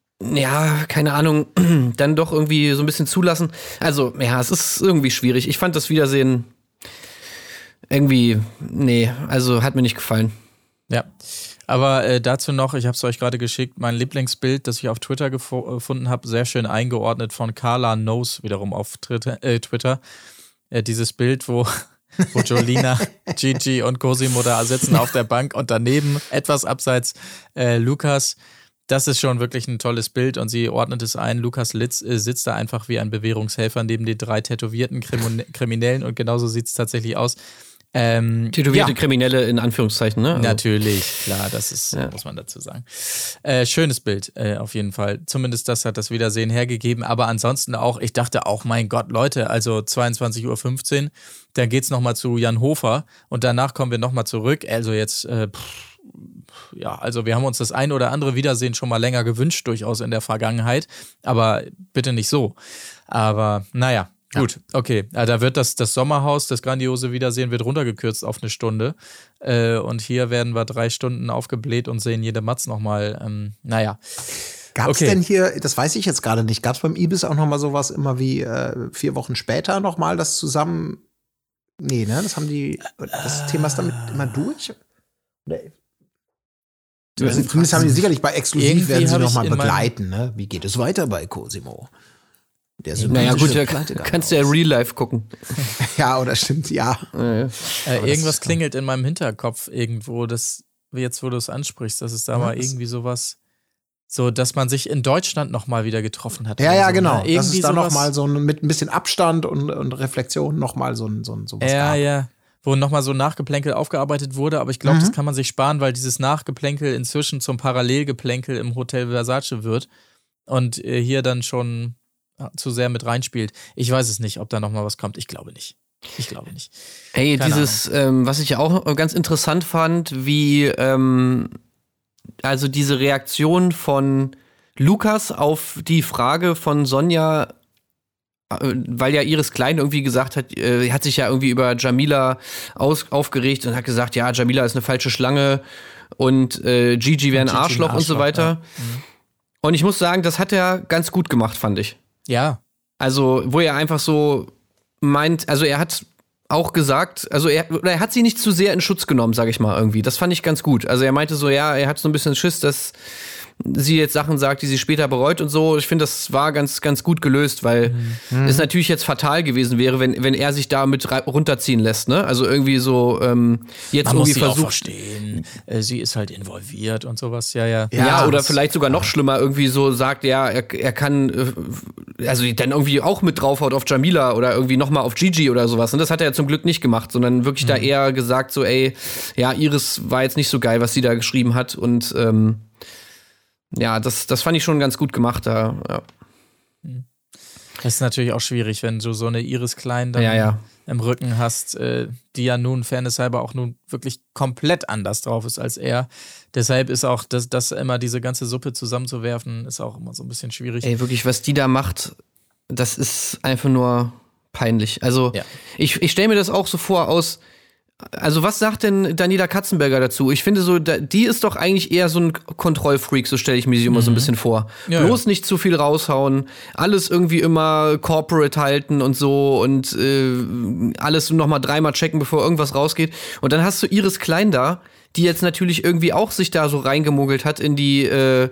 Speaker 6: ja, keine Ahnung, dann doch irgendwie so ein bisschen zulassen. Also, ja, es ist irgendwie schwierig. Ich fand das Wiedersehen irgendwie, nee, also hat mir nicht gefallen.
Speaker 5: Ja, aber äh, dazu noch, ich habe es euch gerade geschickt, mein Lieblingsbild, das ich auf Twitter gefo- gefunden habe, sehr schön eingeordnet von Carla Knows, wiederum auf Twitter. Äh, Twitter. Äh, dieses Bild, wo, wo Jolina, Gigi und Cosimo da sitzen auf der Bank und daneben, etwas abseits, äh, Lukas. Das ist schon wirklich ein tolles Bild und sie ordnet es ein. Lukas Litz äh, sitzt da einfach wie ein Bewährungshelfer neben den drei tätowierten Krimin- Kriminellen und genauso sieht es tatsächlich aus. Ähm,
Speaker 6: Tätowierte
Speaker 5: ja.
Speaker 6: Kriminelle in Anführungszeichen, ne? Also.
Speaker 5: Natürlich, klar, das ist,
Speaker 6: Ja.
Speaker 5: muss man dazu sagen. Äh, schönes Bild, äh, auf jeden Fall. Zumindest das hat das Wiedersehen hergegeben, aber ansonsten auch, ich dachte auch, mein Gott, Leute, also zweiundzwanzig Uhr fünfzehn, dann geht's nochmal zu Jan Hofer und danach kommen wir nochmal zurück. Also jetzt, äh, pff, ja, also wir haben uns das ein oder andere Wiedersehen schon mal länger gewünscht, durchaus in der Vergangenheit, aber bitte nicht so. Aber naja. Gut, okay. Ja, da wird das, das Sommerhaus, das grandiose Wiedersehen, wird runtergekürzt auf eine Stunde. Äh, und hier werden wir drei Stunden aufgebläht und sehen jede Matz nochmal. Ähm, naja.
Speaker 1: Gab es
Speaker 5: Okay.
Speaker 1: denn hier, das weiß ich jetzt gerade nicht, gab es beim Ibis auch noch mal sowas immer wie äh, vier Wochen später noch mal das zusammen? Nee, ne? Das haben die, das Thema ist damit immer durch? Oder? Also, zumindest haben die sicherlich bei Exklusiv
Speaker 5: Irgendwie
Speaker 1: werden sie
Speaker 5: hab
Speaker 1: noch
Speaker 5: ich
Speaker 1: mal
Speaker 5: in meinem-
Speaker 1: begleiten, ne? Wie geht es weiter bei Cosimo? Der
Speaker 6: Naja, gut,
Speaker 1: sympathische
Speaker 6: da
Speaker 1: Pleitegang
Speaker 6: kannst du ja
Speaker 1: aus.
Speaker 6: Real Life gucken.
Speaker 1: Ja, oder stimmt, ja.
Speaker 6: Ja, ja.
Speaker 5: Äh, irgendwas klingelt in meinem Hinterkopf irgendwo, das, jetzt wo du es ansprichst, dass es da mal
Speaker 1: Was?
Speaker 5: irgendwie sowas, so dass man sich in Deutschland nochmal wieder getroffen hat.
Speaker 1: Ja,
Speaker 5: oder
Speaker 1: ja,
Speaker 5: so,
Speaker 1: genau.
Speaker 5: Ne?
Speaker 1: Das
Speaker 5: Irgendwie
Speaker 1: ist da noch
Speaker 5: sowas.
Speaker 1: mal so ein, mit ein bisschen Abstand und, und Reflexion noch mal so ein, so ein sowas
Speaker 5: Ja,
Speaker 1: gab.
Speaker 5: ja. Wo nochmal so Nachgeplänkel aufgearbeitet wurde, aber ich glaube,
Speaker 1: Mhm.
Speaker 5: das kann man sich sparen, weil dieses Nachgeplänkel inzwischen zum Parallelgeplänkel im Hotel Versace wird und äh, hier dann schon äh, zu sehr mit reinspielt. Ich weiß es nicht, ob da nochmal was kommt. Ich glaube nicht. Ich glaube nicht.
Speaker 6: Ey,
Speaker 5: Keine
Speaker 6: dieses, ähm, was ich auch ganz interessant fand, wie, ähm, also diese Reaktion von Lukas auf die Frage von Sonja, äh, weil ja Iris Klein irgendwie gesagt hat, äh, hat sich ja irgendwie über Jamila aus, aufgeregt und hat gesagt, ja, Jamila ist eine falsche Schlange und äh, Gigi wäre ein
Speaker 5: Gigi ein
Speaker 6: Arschloch und so
Speaker 5: Arschloch,
Speaker 6: weiter.
Speaker 5: ja. Mhm.
Speaker 6: Und ich muss sagen, das hat er ganz gut gemacht, fand ich.
Speaker 5: Ja.
Speaker 6: Also, wo er einfach so meint, also er hat auch gesagt, also er, oder er hat sie nicht zu sehr in Schutz genommen, sag ich mal irgendwie. Das fand ich ganz gut. Also er meinte so, ja, er hat so ein bisschen Schiss, dass sie jetzt Sachen sagt, die sie später bereut und so. Ich finde, das war ganz, ganz gut gelöst, weil
Speaker 1: Mhm.
Speaker 6: es natürlich jetzt fatal gewesen wäre, wenn, wenn er sich da mit runterziehen lässt, ne? Also irgendwie so, ähm, jetzt
Speaker 5: Man muss
Speaker 6: irgendwie
Speaker 5: sie auch
Speaker 6: versucht.
Speaker 5: verstehen. Äh, sie ist halt involviert und sowas. Ja, ja.
Speaker 6: Ja,
Speaker 1: Ja,
Speaker 6: oder
Speaker 1: das-
Speaker 6: vielleicht sogar noch schlimmer, irgendwie so sagt, ja, er, er kann, äh, also dann irgendwie auch mit draufhaut auf Jamila oder irgendwie nochmal auf Gigi oder sowas. Und das hat er ja zum Glück nicht gemacht, sondern wirklich da eher gesagt, so, ey, ja, Iris war jetzt nicht so geil, was sie da geschrieben hat. Und ähm, ja, das, das fand ich schon ganz gut gemacht da. Ja,
Speaker 5: Das ist natürlich auch schwierig, wenn du so eine Iris Klein dann
Speaker 6: ja. ja.
Speaker 5: im Rücken hast, äh, die ja nun fairnesshalber auch nun wirklich komplett anders drauf ist als er. Deshalb ist auch das, das immer diese ganze Suppe zusammenzuwerfen, ist auch immer so ein bisschen schwierig.
Speaker 6: Ey, wirklich, was die da macht, das ist einfach nur peinlich. Also,
Speaker 5: Ja.
Speaker 6: ich, ich stelle mir das auch so vor aus. Also, was sagt denn Daniela Katzenberger dazu? Ich finde so, da, die ist doch eigentlich eher so ein Kontrollfreak, so stelle ich mir sie immer so ein bisschen vor.
Speaker 5: Ja,
Speaker 6: Bloß
Speaker 5: ja.
Speaker 6: nicht zu viel raushauen, alles irgendwie immer corporate halten und so und äh, alles noch mal dreimal checken, bevor irgendwas rausgeht. Und dann hast du Iris Klein da, die jetzt natürlich irgendwie auch sich da so reingemogelt hat in die äh,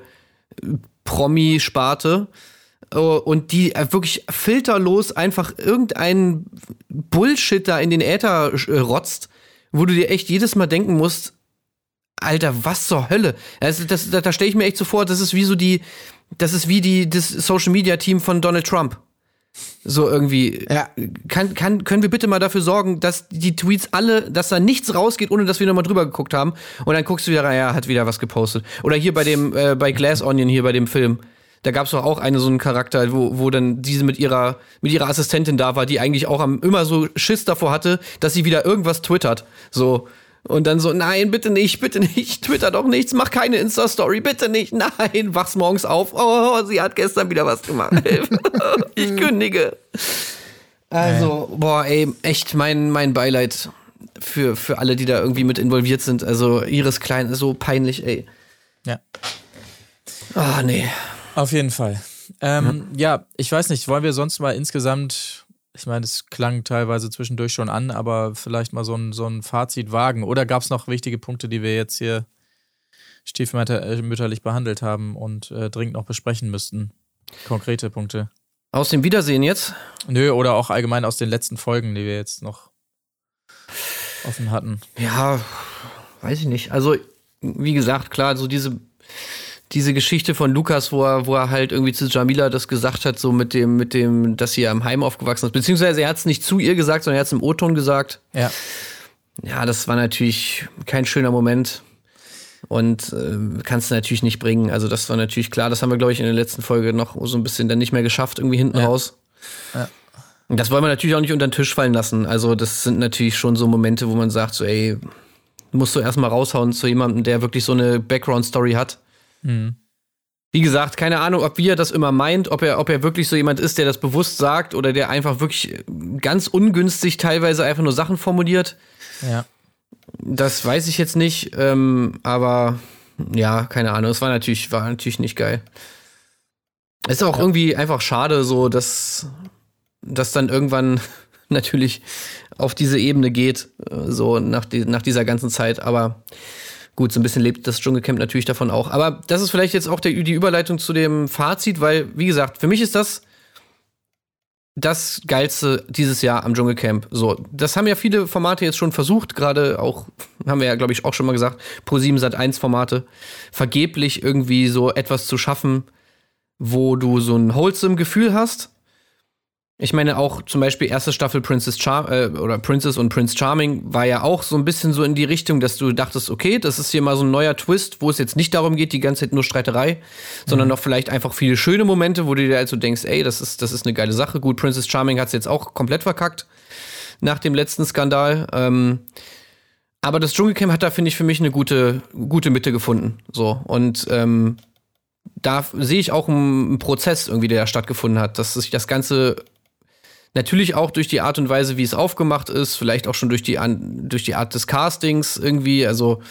Speaker 6: Promi-Sparte. Und die wirklich filterlos einfach irgendeinen Bullshit da in den Äther äh, rotzt, wo du dir echt jedes Mal denken musst, Alter, was zur Hölle? Also das, das, da stelle ich mir echt so vor, das ist wie so die, das ist wie die, das Social-Media-Team von Donald Trump. So irgendwie.
Speaker 1: Ja.
Speaker 6: Kann, kann, können wir bitte mal dafür sorgen, dass die Tweets alle, dass da nichts rausgeht, ohne dass wir nochmal drüber geguckt haben. Und dann guckst du wieder rein, ja, hat wieder was gepostet. Oder hier bei dem, äh, bei Glass Onion, hier bei dem Film. Da gab's doch auch eine so einen Charakter, wo, wo dann diese mit ihrer, mit ihrer Assistentin da war, die eigentlich auch am, immer so Schiss davor hatte, dass sie wieder irgendwas twittert. So. Und dann so, nein, bitte nicht, bitte nicht, twitter doch nichts, mach keine Insta-Story, bitte nicht, nein, wachst morgens auf, oh, sie hat gestern wieder was gemacht. Ich kündige. Also, boah, ey, echt mein, mein Beileid für, für alle, die da irgendwie mit involviert sind. Also, Iris Klein ist so peinlich, ey.
Speaker 5: Ja.
Speaker 6: Ah, nee.
Speaker 5: Auf jeden Fall. Ähm, ja. ja, ich weiß nicht, wollen wir sonst mal insgesamt Ich meine, es klang teilweise zwischendurch schon an, aber vielleicht mal so ein, so ein Fazit wagen. Oder gab es noch wichtige Punkte, die wir jetzt hier stiefmütterlich behandelt haben und äh, dringend noch besprechen müssten? Konkrete Punkte.
Speaker 6: Aus dem Wiedersehen jetzt?
Speaker 5: Nö, oder auch allgemein aus den letzten Folgen, die wir jetzt noch offen hatten.
Speaker 6: Ja, weiß ich nicht. Also, wie gesagt, klar, so diese... Diese Geschichte von Lukas, wo er, wo er halt irgendwie zu Jamila das gesagt hat, so mit dem, mit dem, dass sie ja im Heim aufgewachsen ist. Beziehungsweise er hat es nicht zu ihr gesagt, sondern er hat es im O-Ton gesagt.
Speaker 5: Ja.
Speaker 6: Ja, das war natürlich kein schöner Moment. Und äh, kannst du natürlich nicht bringen. Also das war natürlich klar. Das haben wir, glaube ich, in der letzten Folge noch so ein bisschen dann nicht mehr geschafft, irgendwie hinten
Speaker 5: ja.
Speaker 6: raus.
Speaker 5: Ja.
Speaker 6: Und das wollen wir natürlich auch nicht unter den Tisch fallen lassen. Also das sind natürlich schon so Momente, wo man sagt, so ey, musst du erstmal raushauen zu jemandem, der wirklich so eine Background-Story hat.
Speaker 5: Mhm.
Speaker 6: Wie gesagt, keine Ahnung, ob wie er das immer meint, ob er, ob er wirklich so jemand ist, der das bewusst sagt oder der einfach wirklich ganz ungünstig teilweise einfach nur Sachen formuliert.
Speaker 5: Ja.
Speaker 6: Das weiß ich jetzt nicht, ähm, aber ja, keine Ahnung, es war natürlich, war natürlich nicht geil. Es ist auch ja. irgendwie einfach schade, so dass das dann irgendwann natürlich auf diese Ebene geht, so nach, die, nach dieser ganzen Zeit, aber gut, so ein bisschen lebt das Dschungelcamp natürlich davon auch. Aber das ist vielleicht jetzt auch der, die Überleitung zu dem Fazit, weil, wie gesagt, für mich ist das das Geilste dieses Jahr am Dschungelcamp. So, das haben ja viele Formate jetzt schon versucht, gerade auch, haben wir ja, glaube ich, auch schon mal gesagt, ProSieben Sat eins Formate, vergeblich irgendwie so etwas zu schaffen, wo du so ein wholesome Gefühl hast. Ich meine auch zum Beispiel erste Staffel Princess Char- äh, oder Princess und Prince Charming war ja auch so ein bisschen so in die Richtung, dass du dachtest, okay, das ist hier mal so ein neuer Twist, wo es jetzt nicht darum geht, die ganze Zeit nur Streiterei, mhm. sondern noch vielleicht einfach viele schöne Momente, wo du dir also denkst, ey, das ist, das ist eine geile Sache. Gut, Princess Charming hat es jetzt auch komplett verkackt nach dem letzten Skandal. Ähm, aber das Dschungelcamp hat da, finde ich, für mich eine gute, gute Mitte gefunden. So, und ähm, da sehe ich auch einen, einen Prozess irgendwie, der da stattgefunden hat, dass sich das Ganze natürlich auch durch die Art und Weise, wie es aufgemacht ist, vielleicht auch schon durch die, an, durch die Art des Castings irgendwie, also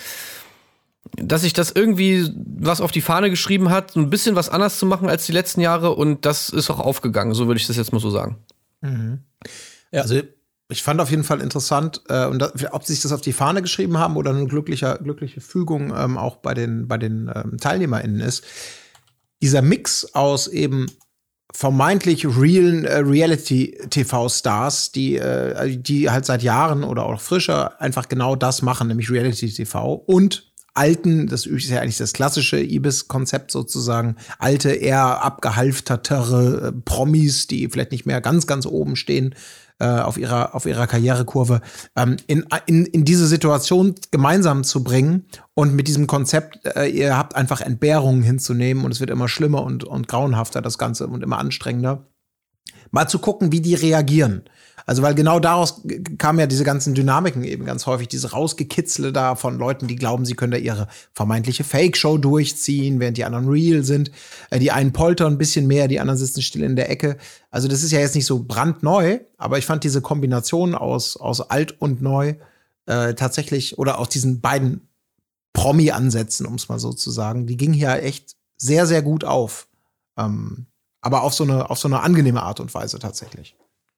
Speaker 6: dass sich das irgendwie was auf die Fahne geschrieben hat, ein bisschen was anders zu machen als die letzten Jahre und das ist auch aufgegangen, so würde ich das jetzt mal so sagen.
Speaker 1: Mhm. Ja. Also ich fand auf jeden Fall interessant, äh, und da, ob sie sich das auf die Fahne geschrieben haben oder eine glückliche, glückliche Fügung ähm, auch bei den, bei den ähm, TeilnehmerInnen ist, dieser Mix aus eben vermeintlich realen äh, Reality-T V-Stars, die, äh, die halt seit Jahren oder auch frischer einfach genau das machen, nämlich Reality-T V und alten, das ist ja eigentlich das klassische Ibis-Konzept sozusagen, alte, eher abgehalftertere äh, Promis, die vielleicht nicht mehr ganz, ganz oben stehen äh, auf ihrer, auf ihrer Karrierekurve, ähm, in, in, in diese Situation gemeinsam zu bringen und mit diesem Konzept, äh, ihr habt einfach Entbehrungen hinzunehmen und es wird immer schlimmer und, und grauenhafter, das Ganze, und immer anstrengender. Mal zu gucken, wie die reagieren. Also, weil genau daraus kamen ja diese ganzen Dynamiken eben ganz häufig, diese Rausgekitzle da von Leuten, die glauben, sie können da ihre vermeintliche Fake-Show durchziehen, während die anderen real sind. Äh, die einen poltern ein bisschen mehr, die anderen sitzen still in der Ecke. Also, das ist ja jetzt nicht so brandneu, aber ich fand diese Kombination aus, aus alt und neu äh, tatsächlich, oder aus diesen beiden Promi-Ansätzen, um es mal so zu sagen, die ging hier echt sehr, sehr gut auf. Ähm, aber auf so eine, auf so eine angenehme Art und Weise tatsächlich.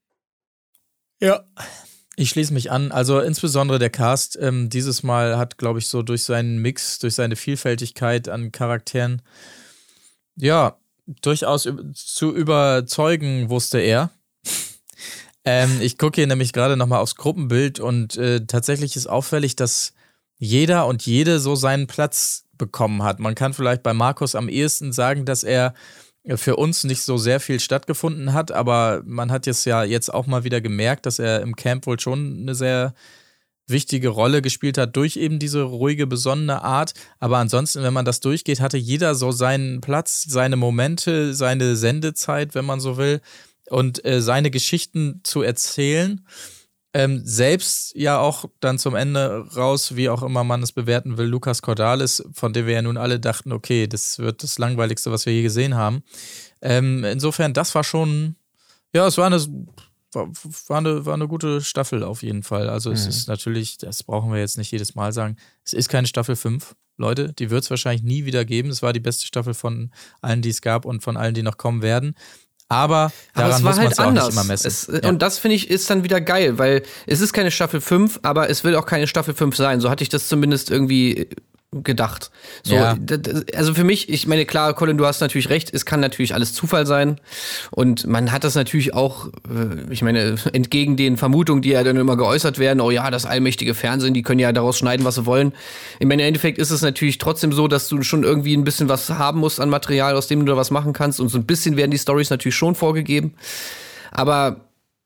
Speaker 5: Ja, ich schließe mich an. Also insbesondere der Cast ähm, dieses Mal hat, glaube ich, so durch seinen Mix, durch seine Vielfältigkeit an Charakteren, ja, durchaus zu überzeugen wusste er. ähm, ich gucke hier nämlich gerade nochmal aufs Gruppenbild und äh, tatsächlich ist auffällig, dass jeder und jede so seinen Platz bekommen hat. Man kann vielleicht bei Markus am ehesten sagen, dass er für uns nicht so sehr viel stattgefunden hat, aber man hat es ja jetzt auch mal wieder gemerkt, dass er im Camp wohl schon eine sehr wichtige Rolle gespielt hat durch eben diese ruhige, besonnene Art. Aber ansonsten, wenn man das durchgeht, hatte jeder so seinen Platz, seine Momente, seine Sendezeit, wenn man so will, und äh, seine Geschichten zu erzählen. Ähm, selbst ja auch dann zum Ende raus, wie auch immer man es bewerten will, Lukas Cordalis, von dem wir ja nun alle dachten, okay, das wird das Langweiligste, was wir je gesehen haben. Ähm, insofern, das war schon, ja, es war eine, war, war, eine, war eine gute Staffel auf jeden Fall. Also mhm. es ist natürlich, das brauchen wir jetzt nicht jedes Mal sagen, es ist keine Staffel fünf, Leute, die wird es wahrscheinlich nie wieder geben. Es war die beste Staffel von allen, die es gab und von allen, die noch kommen werden. Aber daran
Speaker 6: aber es war
Speaker 5: muss man
Speaker 6: halt
Speaker 5: es ja auch
Speaker 6: anders.
Speaker 5: nicht immer messen.
Speaker 6: Es,
Speaker 5: ja.
Speaker 6: Und das, finde ich, ist dann wieder geil, weil es ist keine Staffel fünf, aber es will auch keine Staffel fünf sein. So hatte ich das zumindest irgendwie gedacht. So,
Speaker 5: Ja.
Speaker 6: d- d- also für mich, ich meine, klar, Colin, du hast natürlich recht, es kann natürlich alles Zufall sein. Und man hat das natürlich auch, äh, ich meine, entgegen den Vermutungen, die ja dann immer geäußert werden, oh ja, das allmächtige Fernsehen, die können ja daraus schneiden, was sie wollen. Ich meine, im Endeffekt ist es natürlich trotzdem so, dass du schon irgendwie ein bisschen was haben musst an Material, aus dem du da was machen kannst. Und so ein bisschen werden die Storys natürlich schon vorgegeben. Aber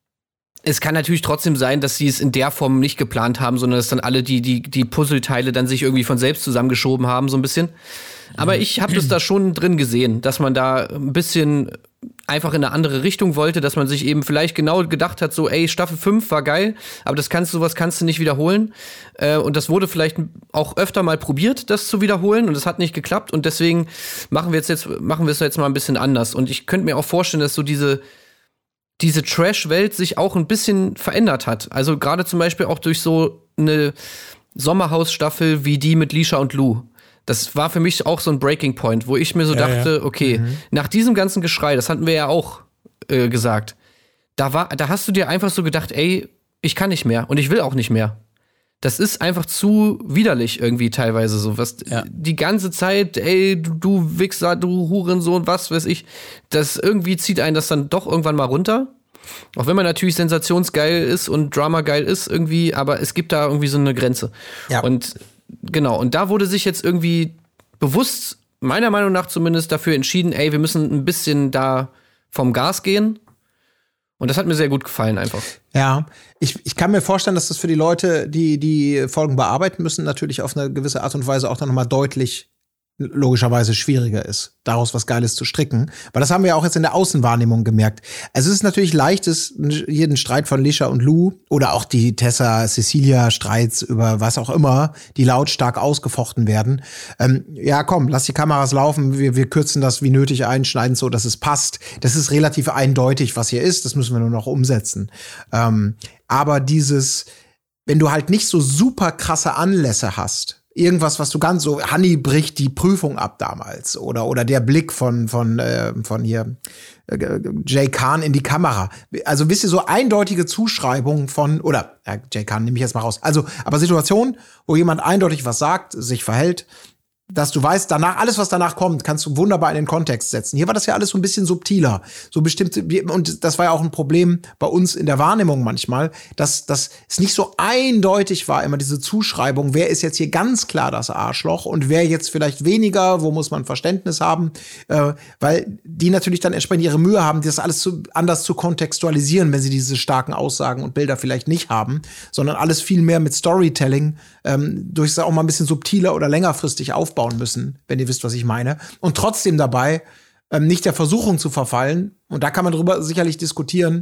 Speaker 6: es kann natürlich trotzdem sein, dass sie es in der Form nicht geplant haben, sondern dass dann alle die, die, die Puzzleteile dann sich irgendwie von selbst zusammengeschoben haben, so ein bisschen. Aber ich habe das da schon drin gesehen, dass man da ein bisschen einfach in eine andere Richtung wollte, dass man sich eben vielleicht genau gedacht hat, so, ey, Staffel fünf war geil, aber das kannst du, sowas kannst du nicht wiederholen. Äh, und das wurde vielleicht auch öfter mal probiert, das zu wiederholen, und das hat nicht geklappt. Und deswegen machen wir jetzt, jetzt machen wir es jetzt mal ein bisschen anders. Und ich könnte mir auch vorstellen, dass so diese diese Trash-Welt sich auch ein bisschen verändert hat. Also gerade zum Beispiel auch durch so eine Sommerhaus-Staffel wie die mit Lisha und Lou. Das war für mich auch so ein Breaking Point, wo ich mir so
Speaker 1: Ja,
Speaker 6: dachte,
Speaker 1: ja.
Speaker 6: okay,
Speaker 1: Mhm.
Speaker 6: nach diesem ganzen Geschrei, das hatten wir ja auch äh, gesagt, da war, da hast du dir einfach so gedacht, ey, ich kann nicht mehr und ich will auch nicht mehr. Das ist einfach zu widerlich irgendwie teilweise so. Was
Speaker 5: Ja.
Speaker 6: die ganze Zeit, ey, du, du Wichser, du Hurensohn, was weiß ich. Das irgendwie zieht einen das dann doch irgendwann mal runter. Auch wenn man natürlich sensationsgeil ist und dramageil ist irgendwie, aber es gibt da irgendwie so eine Grenze.
Speaker 1: Ja.
Speaker 6: Und genau, und da wurde sich jetzt irgendwie bewusst, meiner Meinung nach zumindest, dafür entschieden, ey, wir müssen ein bisschen da vom Gas gehen. Und das hat mir sehr gut gefallen einfach.
Speaker 1: Ja, ich, ich kann mir vorstellen, dass das für die Leute, die die Folgen bearbeiten müssen, natürlich auf eine gewisse Art und Weise auch dann nochmal deutlich logischerweise schwieriger ist, daraus was Geiles zu stricken. Weil das haben wir ja auch jetzt in der Außenwahrnehmung gemerkt. Also es ist natürlich leicht, es, jeden Streit von Lisha und Lou oder auch die Tessa-Cecilia-Streits über was auch immer, die lautstark ausgefochten werden. Ähm, ja, komm, lass die Kameras laufen, wir, wir kürzen das wie nötig ein, schneiden so, dass es passt. Das ist relativ eindeutig, was hier ist. Das müssen wir nur noch umsetzen. Ähm, aber dieses, wenn du halt nicht so super krasse Anlässe hast, irgendwas, was du ganz so, Hanni bricht die Prüfung ab damals oder oder der Blick von von äh, von hier äh, Jay Khan in die Kamera. Also wisst ihr, so eindeutige Zuschreibungen von oder ja, Jay Khan nehme ich jetzt mal raus. Also aber Situationen, wo jemand eindeutig was sagt, sich verhält, dass du weißt, danach, alles, was danach kommt, kannst du wunderbar in den Kontext setzen. Hier war das ja alles so ein bisschen subtiler. So bestimmte, und das war ja auch ein Problem bei uns in der Wahrnehmung manchmal, dass, dass es nicht so eindeutig war, immer diese Zuschreibung, wer ist jetzt hier ganz klar das Arschloch und wer jetzt vielleicht weniger, wo muss man Verständnis haben, äh, weil die natürlich dann entsprechend ihre Mühe haben, das alles zu, anders zu kontextualisieren, wenn sie diese starken Aussagen und Bilder vielleicht nicht haben, sondern alles viel mehr mit Storytelling ähm, durch auch mal ein bisschen subtiler oder längerfristig aufbauen müssen, wenn ihr wisst, was ich meine. Und trotzdem dabei ähm, nicht der Versuchung zu verfallen, und da kann man drüber sicherlich diskutieren,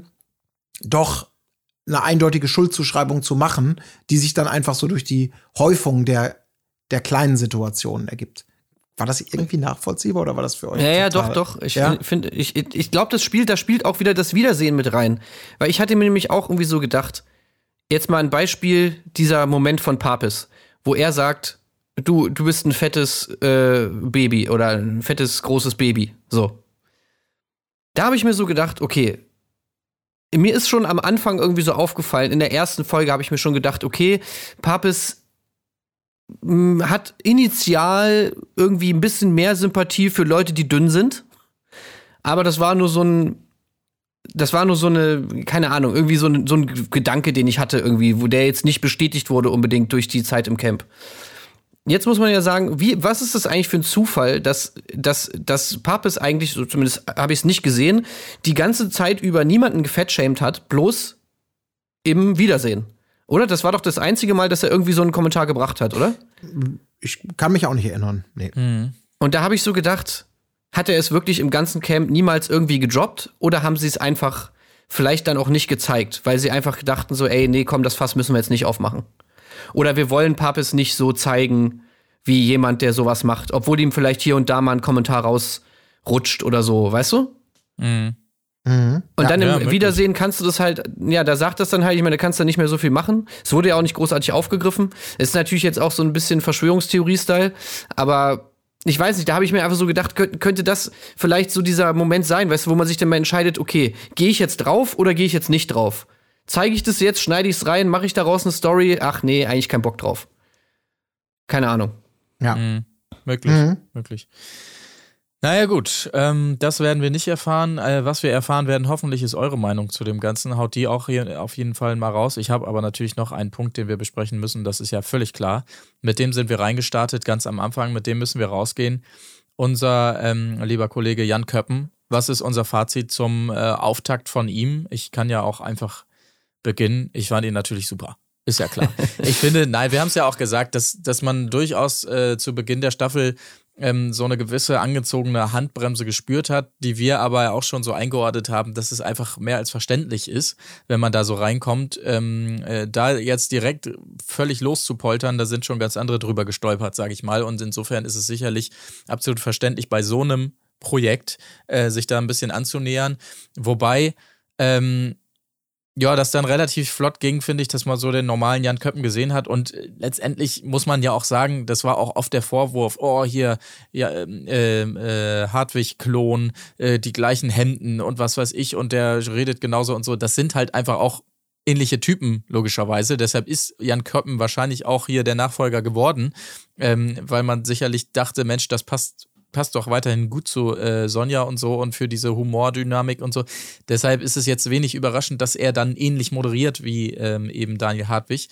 Speaker 1: doch eine eindeutige Schuldzuschreibung zu machen, die sich dann einfach so durch die Häufung der, der kleinen Situationen ergibt. War das irgendwie nachvollziehbar oder war das für euch?
Speaker 6: Ja, ja,
Speaker 1: total-
Speaker 6: doch, doch. Ich
Speaker 1: Ja?
Speaker 6: finde, ich, ich glaube, das spielt, da spielt auch wieder das Wiedersehen mit rein. Weil ich hatte mir nämlich auch irgendwie so gedacht, jetzt mal ein Beispiel, dieser Moment von Papis, wo er sagt, du, du bist ein fettes äh, Baby oder ein fettes, großes Baby. So. Da habe ich mir so gedacht, okay, mir ist schon am Anfang irgendwie so aufgefallen, in der ersten Folge habe ich mir schon gedacht, okay, Papis mh, hat initial irgendwie ein bisschen mehr Sympathie für Leute, die dünn sind. Aber das war nur so ein Das war nur so eine, keine Ahnung, irgendwie so ein, so ein Gedanke, den ich hatte irgendwie, wo der jetzt nicht bestätigt wurde unbedingt durch die Zeit im Camp. Jetzt muss man ja sagen, wie, was ist das eigentlich für ein Zufall, dass, dass, dass Papis eigentlich, so zumindest habe ich es nicht gesehen, die ganze Zeit über niemanden gefettshamed hat, bloß im Wiedersehen. Oder? Das war doch das einzige Mal, dass er irgendwie so einen Kommentar gebracht hat, oder?
Speaker 1: Ich kann mich auch nicht erinnern. Nee.
Speaker 5: Mhm.
Speaker 6: Und da habe ich so gedacht, hat er es wirklich im ganzen Camp niemals irgendwie gedroppt? Oder haben sie es einfach vielleicht dann auch nicht gezeigt, weil sie einfach dachten so, ey, nee, komm, das Fass müssen wir jetzt nicht aufmachen. Oder wir wollen Papis nicht so zeigen, wie jemand, der sowas macht, obwohl ihm vielleicht hier und da mal ein Kommentar rausrutscht oder so, weißt du?
Speaker 5: Mhm.
Speaker 1: Mhm.
Speaker 6: Und
Speaker 1: Ja,
Speaker 6: dann im
Speaker 5: ja, möglich.
Speaker 6: Wiedersehen kannst du das halt, ja, da sagt das dann halt, ich meine, da kannst du nicht mehr so viel machen. Es wurde ja auch nicht großartig aufgegriffen. Ist natürlich jetzt auch so ein bisschen Verschwörungstheorie-Style, aber ich weiß nicht, da habe ich mir einfach so gedacht, könnte, könnte das vielleicht so dieser Moment sein, weißt du, wo man sich dann mal entscheidet, okay, gehe ich jetzt drauf oder gehe ich jetzt nicht drauf? Zeige ich das jetzt, schneide ich es rein, mache ich daraus eine Story? Ach nee, eigentlich kein Bock drauf. Keine Ahnung.
Speaker 1: Ja.
Speaker 5: Mhm. Möglich,
Speaker 1: Mhm.
Speaker 5: möglich. Naja gut, ähm, das werden wir nicht erfahren. Äh, was wir erfahren werden, hoffentlich ist eure Meinung zu dem Ganzen. Haut die auch hier auf jeden Fall mal raus. Ich habe aber natürlich noch einen Punkt, den wir besprechen müssen. Das ist ja völlig klar. Mit dem sind wir reingestartet, ganz am Anfang. Mit dem müssen wir rausgehen. Unser ähm, lieber Kollege Jan Köppen, was ist unser Fazit zum äh, Auftakt von ihm? Ich kann ja auch einfach beginnen. Ich fand ihn natürlich super. Ist ja klar. Ich finde, nein, wir haben es ja auch gesagt, dass, dass man durchaus äh, zu Beginn der Staffel ähm, so eine gewisse angezogene Handbremse gespürt hat, die wir aber auch schon so eingeordnet haben, dass es einfach mehr als verständlich ist, wenn man da so reinkommt. Ähm, äh, da jetzt direkt völlig loszupoltern, da sind schon ganz andere drüber gestolpert, sage ich mal. Und insofern ist es sicherlich absolut verständlich, bei so einem Projekt äh, sich da ein bisschen anzunähern. Wobei ähm, ja, das dann relativ flott ging, finde ich, dass man so den normalen Jan Köppen gesehen hat. Und letztendlich muss man ja auch sagen, das war auch oft der Vorwurf, oh, hier, ja, äh, äh, Hartwig-Klon, äh, die gleichen Hemden und was weiß ich, und der redet genauso und so. Das sind halt einfach auch ähnliche Typen, logischerweise. Deshalb ist Jan Köppen wahrscheinlich auch hier der Nachfolger geworden, ähm, weil man sicherlich dachte, Mensch, das passt passt doch weiterhin gut zu äh, Sonja und so und für diese Humordynamik und so. Deshalb ist es jetzt wenig überraschend, dass er dann ähnlich moderiert wie ähm, eben Daniel Hartwig.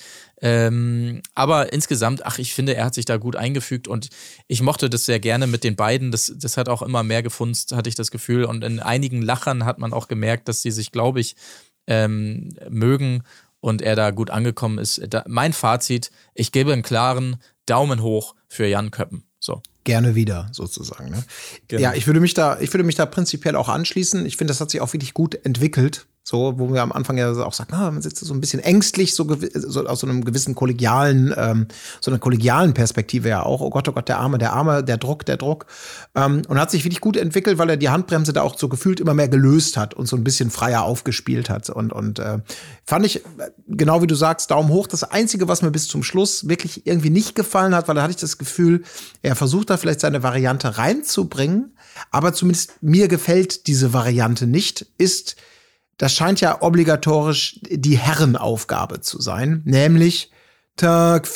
Speaker 5: Ähm, aber insgesamt, ach, ich finde, er hat sich da gut eingefügt und ich mochte das sehr gerne mit den beiden. Das, das hat auch immer mehr gefunzt, hatte ich das Gefühl. Und in einigen Lachern hat man auch gemerkt, dass sie sich, glaube ich, ähm, mögen und er da gut angekommen ist. Da, mein Fazit, ich gebe einen klaren Daumen hoch für Jan Köppen. So.
Speaker 1: Gerne wieder, sozusagen. Ne?
Speaker 5: Genau.
Speaker 1: Ja, ich würde mich da, ich würde mich da prinzipiell auch anschließen. Ich finde, das hat sich auch wirklich gut entwickelt. So, wo wir am Anfang ja auch sagen, ah, man sitzt so ein bisschen ängstlich, so, so aus so einem gewissen kollegialen, ähm, so einer kollegialen Perspektive ja auch. Oh Gott, oh Gott, der Arme, der Arme, der Druck, der Druck. Ähm, und hat sich wirklich gut entwickelt, weil er die Handbremse da auch so gefühlt immer mehr gelöst hat und so ein bisschen freier aufgespielt hat. Und, und äh, fand ich, genau wie du sagst, Daumen hoch. Das Einzige, was mir bis zum Schluss wirklich irgendwie nicht gefallen hat, weil da hatte ich das Gefühl, er versucht da vielleicht seine Variante reinzubringen, aber zumindest mir gefällt diese Variante nicht, ist, das scheint ja obligatorisch die Herrenaufgabe zu sein, nämlich Tag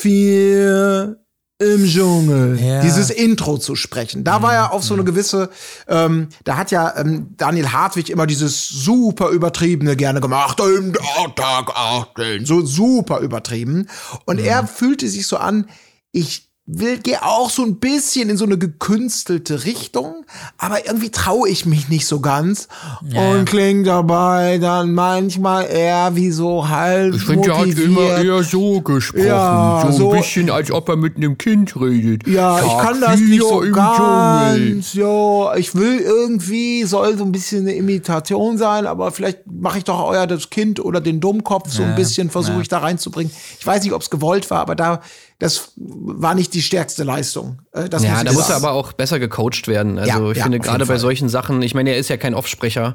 Speaker 1: vier im Dschungel,
Speaker 5: Ja.
Speaker 1: dieses Intro zu sprechen. Da war ja auf so eine gewisse, ähm, da hat ja ähm, Daniel Hartwig immer dieses super übertriebene gerne gemacht, im Tag achtzehn, so super übertrieben. Und er fühlte sich so an, ich will, gehe auch so ein bisschen in so eine gekünstelte Richtung, aber irgendwie traue ich mich nicht so ganz
Speaker 5: Ja.
Speaker 1: und klingt dabei dann manchmal eher wie so halb
Speaker 6: Ich finde, er hat immer
Speaker 1: motiviert.
Speaker 6: eher so gesprochen.
Speaker 1: Ja,
Speaker 6: so ein
Speaker 1: so-
Speaker 6: bisschen, als ob er mit einem Kind redet.
Speaker 1: Ja, ich
Speaker 6: Tag
Speaker 1: kann das nicht so
Speaker 6: vier im
Speaker 1: ganz. Ja, ich will irgendwie, soll so ein bisschen eine Imitation sein, aber vielleicht mache ich doch euer das Kind oder den Dummkopf so ein bisschen, versuche ich da reinzubringen. Ich weiß nicht, ob es gewollt war, aber da, das war nicht die stärkste Leistung. Äh, Das
Speaker 6: Ja,
Speaker 1: muss ich
Speaker 6: da muss er
Speaker 1: sagen.
Speaker 6: aber auch besser gecoacht werden. Also
Speaker 1: Ja,
Speaker 6: ich
Speaker 1: ja,
Speaker 6: finde
Speaker 1: auf
Speaker 6: gerade
Speaker 1: jeden
Speaker 6: bei
Speaker 1: Fall.
Speaker 6: solchen Sachen, ich meine, er ist ja kein Offsprecher.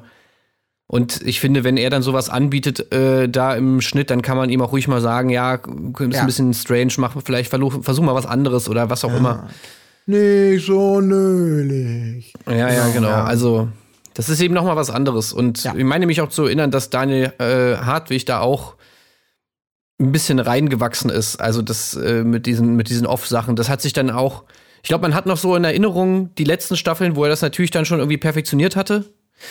Speaker 6: Und ich finde, wenn er dann sowas anbietet, äh, da im Schnitt, dann kann man ihm auch ruhig mal sagen, ja, ist
Speaker 1: Ja.
Speaker 6: ein bisschen strange, mach vielleicht versuch, versuch mal was anderes oder was auch immer.
Speaker 1: Nicht so nölig.
Speaker 6: Ja, ja, genau.
Speaker 1: ja.
Speaker 6: Also, das ist eben noch mal was anderes. Und
Speaker 1: Ja.
Speaker 6: ich meine mich auch zu erinnern, dass Daniel äh, Hartwig da auch ein bisschen reingewachsen ist. Also das äh, mit diesen, mit diesen Off-Sachen. Das hat sich dann auch, ich glaube, man hat noch so in Erinnerung die letzten Staffeln, wo er das natürlich dann schon irgendwie perfektioniert hatte.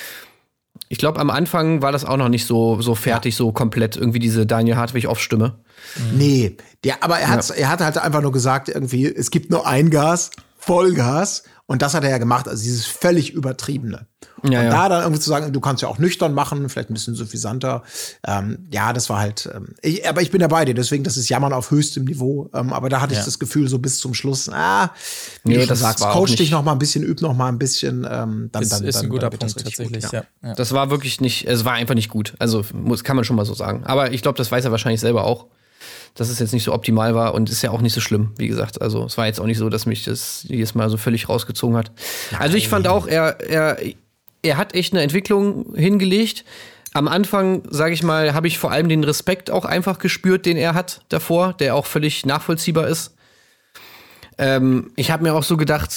Speaker 6: Ich glaube, am Anfang war das auch noch nicht so, so fertig, so komplett, irgendwie diese Daniel Hartwig Off-Stimme.
Speaker 1: Nee, der, aber er hat, er hat halt einfach nur gesagt, irgendwie, es gibt nur ein Gas, Vollgas. Und das hat er ja gemacht, also dieses völlig Übertriebene.
Speaker 6: Ja,
Speaker 1: und
Speaker 6: ja.
Speaker 1: da dann irgendwie zu sagen, du kannst ja auch nüchtern machen, vielleicht ein bisschen suffisanter. Ähm, ja, das war halt, ähm, ich, aber ich bin ja bei dir, deswegen, das ist Jammern auf höchstem Niveau. Ähm, aber da hatte ich
Speaker 5: Ja.
Speaker 1: das Gefühl, so bis zum Schluss, ah, wie
Speaker 6: Nee,
Speaker 1: du schon
Speaker 6: das
Speaker 1: sagst,
Speaker 6: war auch
Speaker 1: coach
Speaker 6: nicht-
Speaker 1: dich noch mal ein bisschen, üb noch mal ein bisschen. Ähm, dann,
Speaker 5: Ist,
Speaker 1: dann,
Speaker 5: ist
Speaker 1: dann,
Speaker 5: ein guter
Speaker 1: dann wird das
Speaker 5: Punkt
Speaker 1: richtig
Speaker 5: tatsächlich,
Speaker 1: gut, ja.
Speaker 5: ja. ja.
Speaker 6: Das war wirklich nicht, es war einfach nicht gut. Also muss, kann man schon mal so sagen. Aber ich glaube, das weiß er wahrscheinlich selber auch, dass es jetzt nicht so optimal war und ist ja auch nicht so schlimm, wie gesagt. Also es war jetzt auch nicht so, dass mich das jedes Mal so völlig rausgezogen hat. Also ich fand auch, er, er, er hat echt eine Entwicklung hingelegt. Am Anfang, sage ich mal, habe ich vor allem den Respekt auch einfach gespürt, den er hat davor, der auch völlig nachvollziehbar ist. Ähm, ich habe mir auch so gedacht,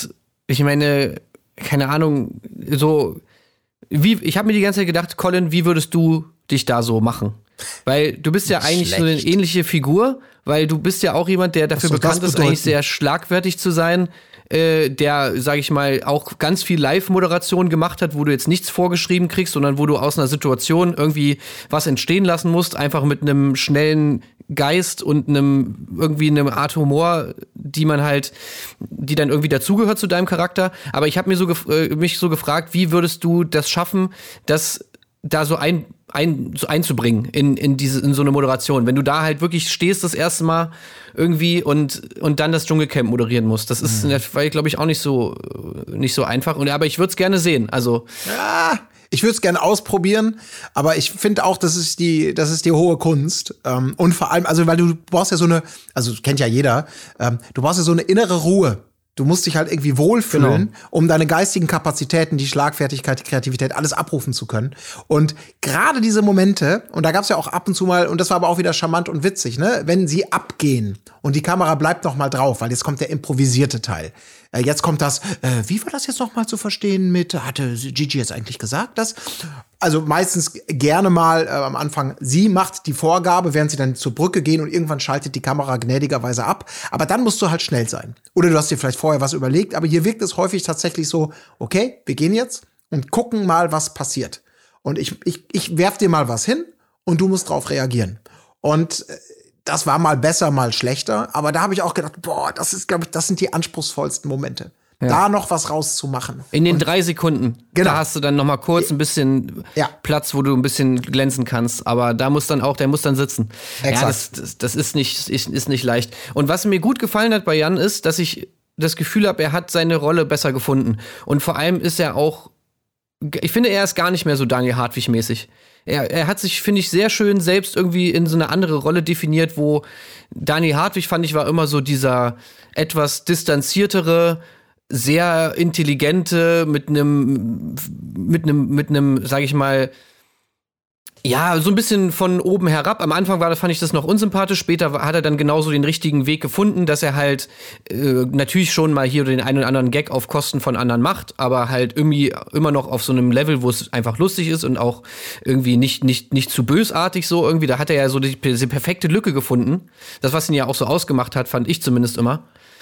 Speaker 6: ich meine, keine Ahnung, so, wie, ich habe mir die ganze Zeit gedacht, Colin, wie würdest du dich da so machen? Weil du bist ja eigentlich
Speaker 1: Schlecht.
Speaker 6: so eine ähnliche Figur, weil du bist ja auch jemand, der dafür
Speaker 1: soll das
Speaker 6: bekannt ist,
Speaker 1: bedeuten?
Speaker 6: eigentlich sehr schlagfertig zu sein, äh, der, sag ich mal, auch ganz viel Live-Moderation gemacht hat, wo du jetzt nichts vorgeschrieben kriegst, sondern wo du aus einer Situation irgendwie was entstehen lassen musst, einfach mit einem schnellen Geist und einem irgendwie einem Art Humor, die man halt, die dann irgendwie dazugehört zu deinem Charakter. Aber ich habe mir so gef- äh, mich so gefragt, wie würdest du das schaffen, das da so ein, ein so einzubringen in in diese in so eine Moderation, wenn du da halt wirklich stehst das erste Mal irgendwie und und dann das Dschungelcamp moderieren musst. Das ist, mhm. weil glaube ich auch nicht so nicht so einfach. Und aber ich würde es gerne sehen. Also
Speaker 1: Ja, ich würde es gerne ausprobieren, aber ich finde auch, das ist die, das ist die hohe Kunst. Ähm, und vor allem, also weil du brauchst ja so eine, also kennt ja jeder, ähm, du brauchst ja so eine innere Ruhe. Du musst dich halt irgendwie wohlfühlen,
Speaker 6: Genau.
Speaker 1: um deine geistigen Kapazitäten, die Schlagfertigkeit, die Kreativität, alles abrufen zu können. Und gerade diese Momente, und da gab's ja auch ab und zu mal, und das war aber auch wieder charmant und witzig, ne, wenn sie abgehen und die Kamera bleibt noch mal drauf, weil jetzt kommt der improvisierte Teil. Äh, jetzt kommt das, äh, wie war das jetzt noch mal zu verstehen mit, hatte Gigi jetzt eigentlich gesagt, das? Also meistens gerne mal äh, am Anfang, sie macht die Vorgabe, während sie dann zur Brücke gehen und irgendwann schaltet die Kamera gnädigerweise ab. Aber dann musst du halt schnell sein. Oder du hast dir vielleicht vorher was überlegt, aber hier wirkt es häufig tatsächlich so, okay, wir gehen jetzt und gucken mal, was passiert. Und ich, ich, ich werf dir mal was hin und du musst drauf reagieren. Und äh, das war mal besser, mal schlechter. Aber da habe ich auch gedacht, boah, das ist, glaube ich, das sind die anspruchsvollsten Momente. Ja. Da noch was rauszumachen.
Speaker 6: in den drei Sekunden,
Speaker 1: Genau.
Speaker 6: da hast du dann noch mal kurz ein bisschen
Speaker 1: Ja.
Speaker 6: Platz, wo du ein bisschen glänzen kannst. Aber da muss dann auch, der muss dann sitzen. Ja,
Speaker 1: Exakt.
Speaker 6: das, das, das ist nicht, ist, ist nicht leicht. Und was mir gut gefallen hat bei Jan ist, dass ich das Gefühl habe, er hat seine Rolle besser gefunden. Und vor allem ist er auch, ich finde, er ist gar nicht mehr so Daniel Hartwig-mäßig. Er, er hat sich, finde ich, sehr schön selbst irgendwie in so eine andere Rolle definiert, wo Daniel Hartwig, fand ich, war immer so dieser etwas distanziertere, sehr intelligente, mit einem, mit einem, mit einem, sag ich mal, ja, so ein bisschen von oben herab. Am Anfang war, fand ich das noch unsympathisch. Später hat er dann genauso den richtigen Weg gefunden, dass er halt äh, natürlich schon mal hier den einen oder anderen Gag auf Kosten von anderen macht, aber halt irgendwie immer noch auf so einem Level, wo es einfach lustig ist und auch irgendwie nicht, nicht, nicht zu bösartig so irgendwie. Da hat er ja so die, diese perfekte Lücke gefunden. Das, was ihn ja auch so ausgemacht hat, fand ich zumindest immer.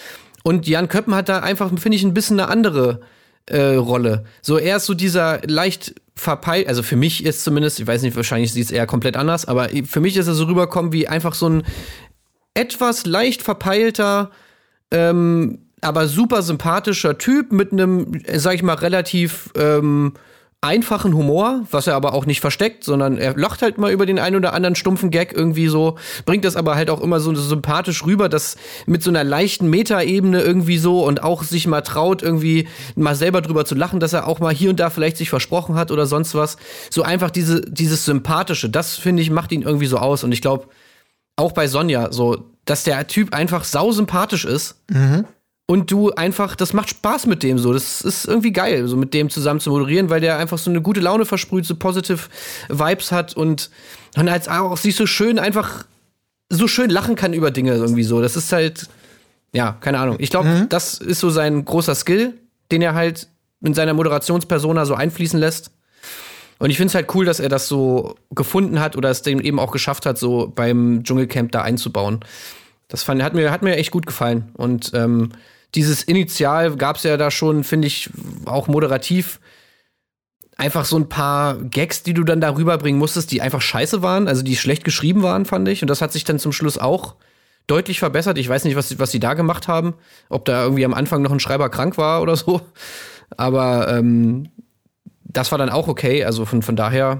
Speaker 6: Und Jan Köppen hat da einfach, finde ich, ein bisschen eine andere äh, Rolle. So, er ist so dieser leicht verpeilt, also für mich ist zumindest, ich weiß nicht, wahrscheinlich sieht es eher komplett anders, aber für mich ist er so rüberkommen wie einfach so ein etwas leicht verpeilter, ähm, aber super sympathischer Typ mit einem, sag ich mal, relativ ähm, einfachen Humor, was er aber auch nicht versteckt, sondern er lacht halt mal über den einen oder anderen stumpfen Gag irgendwie so, bringt das aber halt auch immer so sympathisch rüber, dass mit so einer leichten Metaebene irgendwie so und auch sich mal traut, irgendwie mal selber drüber zu lachen, dass er auch mal hier und da vielleicht sich versprochen hat oder sonst was. So einfach diese, dieses Sympathische, das finde ich, macht ihn irgendwie so aus. Und ich glaube, auch bei Sonja, so, dass der Typ einfach sausympathisch ist. Mhm. Und du einfach, das macht Spaß mit dem so. Das ist irgendwie geil, so mit dem zusammen zu moderieren, weil der einfach so eine gute Laune versprüht, so positive Vibes hat und dann halt auch sich so schön einfach so schön lachen kann über Dinge irgendwie so. Das ist halt, ja, keine Ahnung. Ich glaube, mhm. das ist so sein großer Skill, den er halt in seiner Moderationspersona so einfließen lässt. Und ich finde es halt cool, dass er das so gefunden hat oder es dem eben auch geschafft hat, so beim Dschungelcamp da einzubauen. Das fand, hat mir, hat mir echt gut gefallen. Und ähm, dieses Initial gab es ja da schon, finde ich, auch moderativ einfach so ein paar Gags, die du dann da rüberbringen musstest, die einfach scheiße waren, also die schlecht geschrieben waren, fand ich. Und das hat sich dann zum Schluss auch deutlich verbessert. Ich weiß nicht, was, was sie da gemacht haben. Ob da irgendwie am Anfang noch ein Schreiber krank war oder so. Aber ähm, das war dann auch okay. Also von, von daher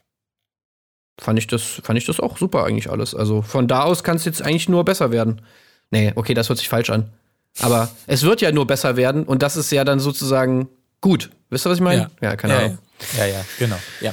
Speaker 6: fand ich, das, fand ich das auch super eigentlich alles. Also von da aus kann es jetzt eigentlich nur besser werden. Nee, okay, das hört sich falsch an. Aber es wird ja nur besser werden und das ist ja dann sozusagen gut. Wisst ihr, was ich meine?
Speaker 5: Ja,
Speaker 6: ja keine
Speaker 5: ja,
Speaker 6: Ahnung.
Speaker 5: Ja, ja, genau. Ja.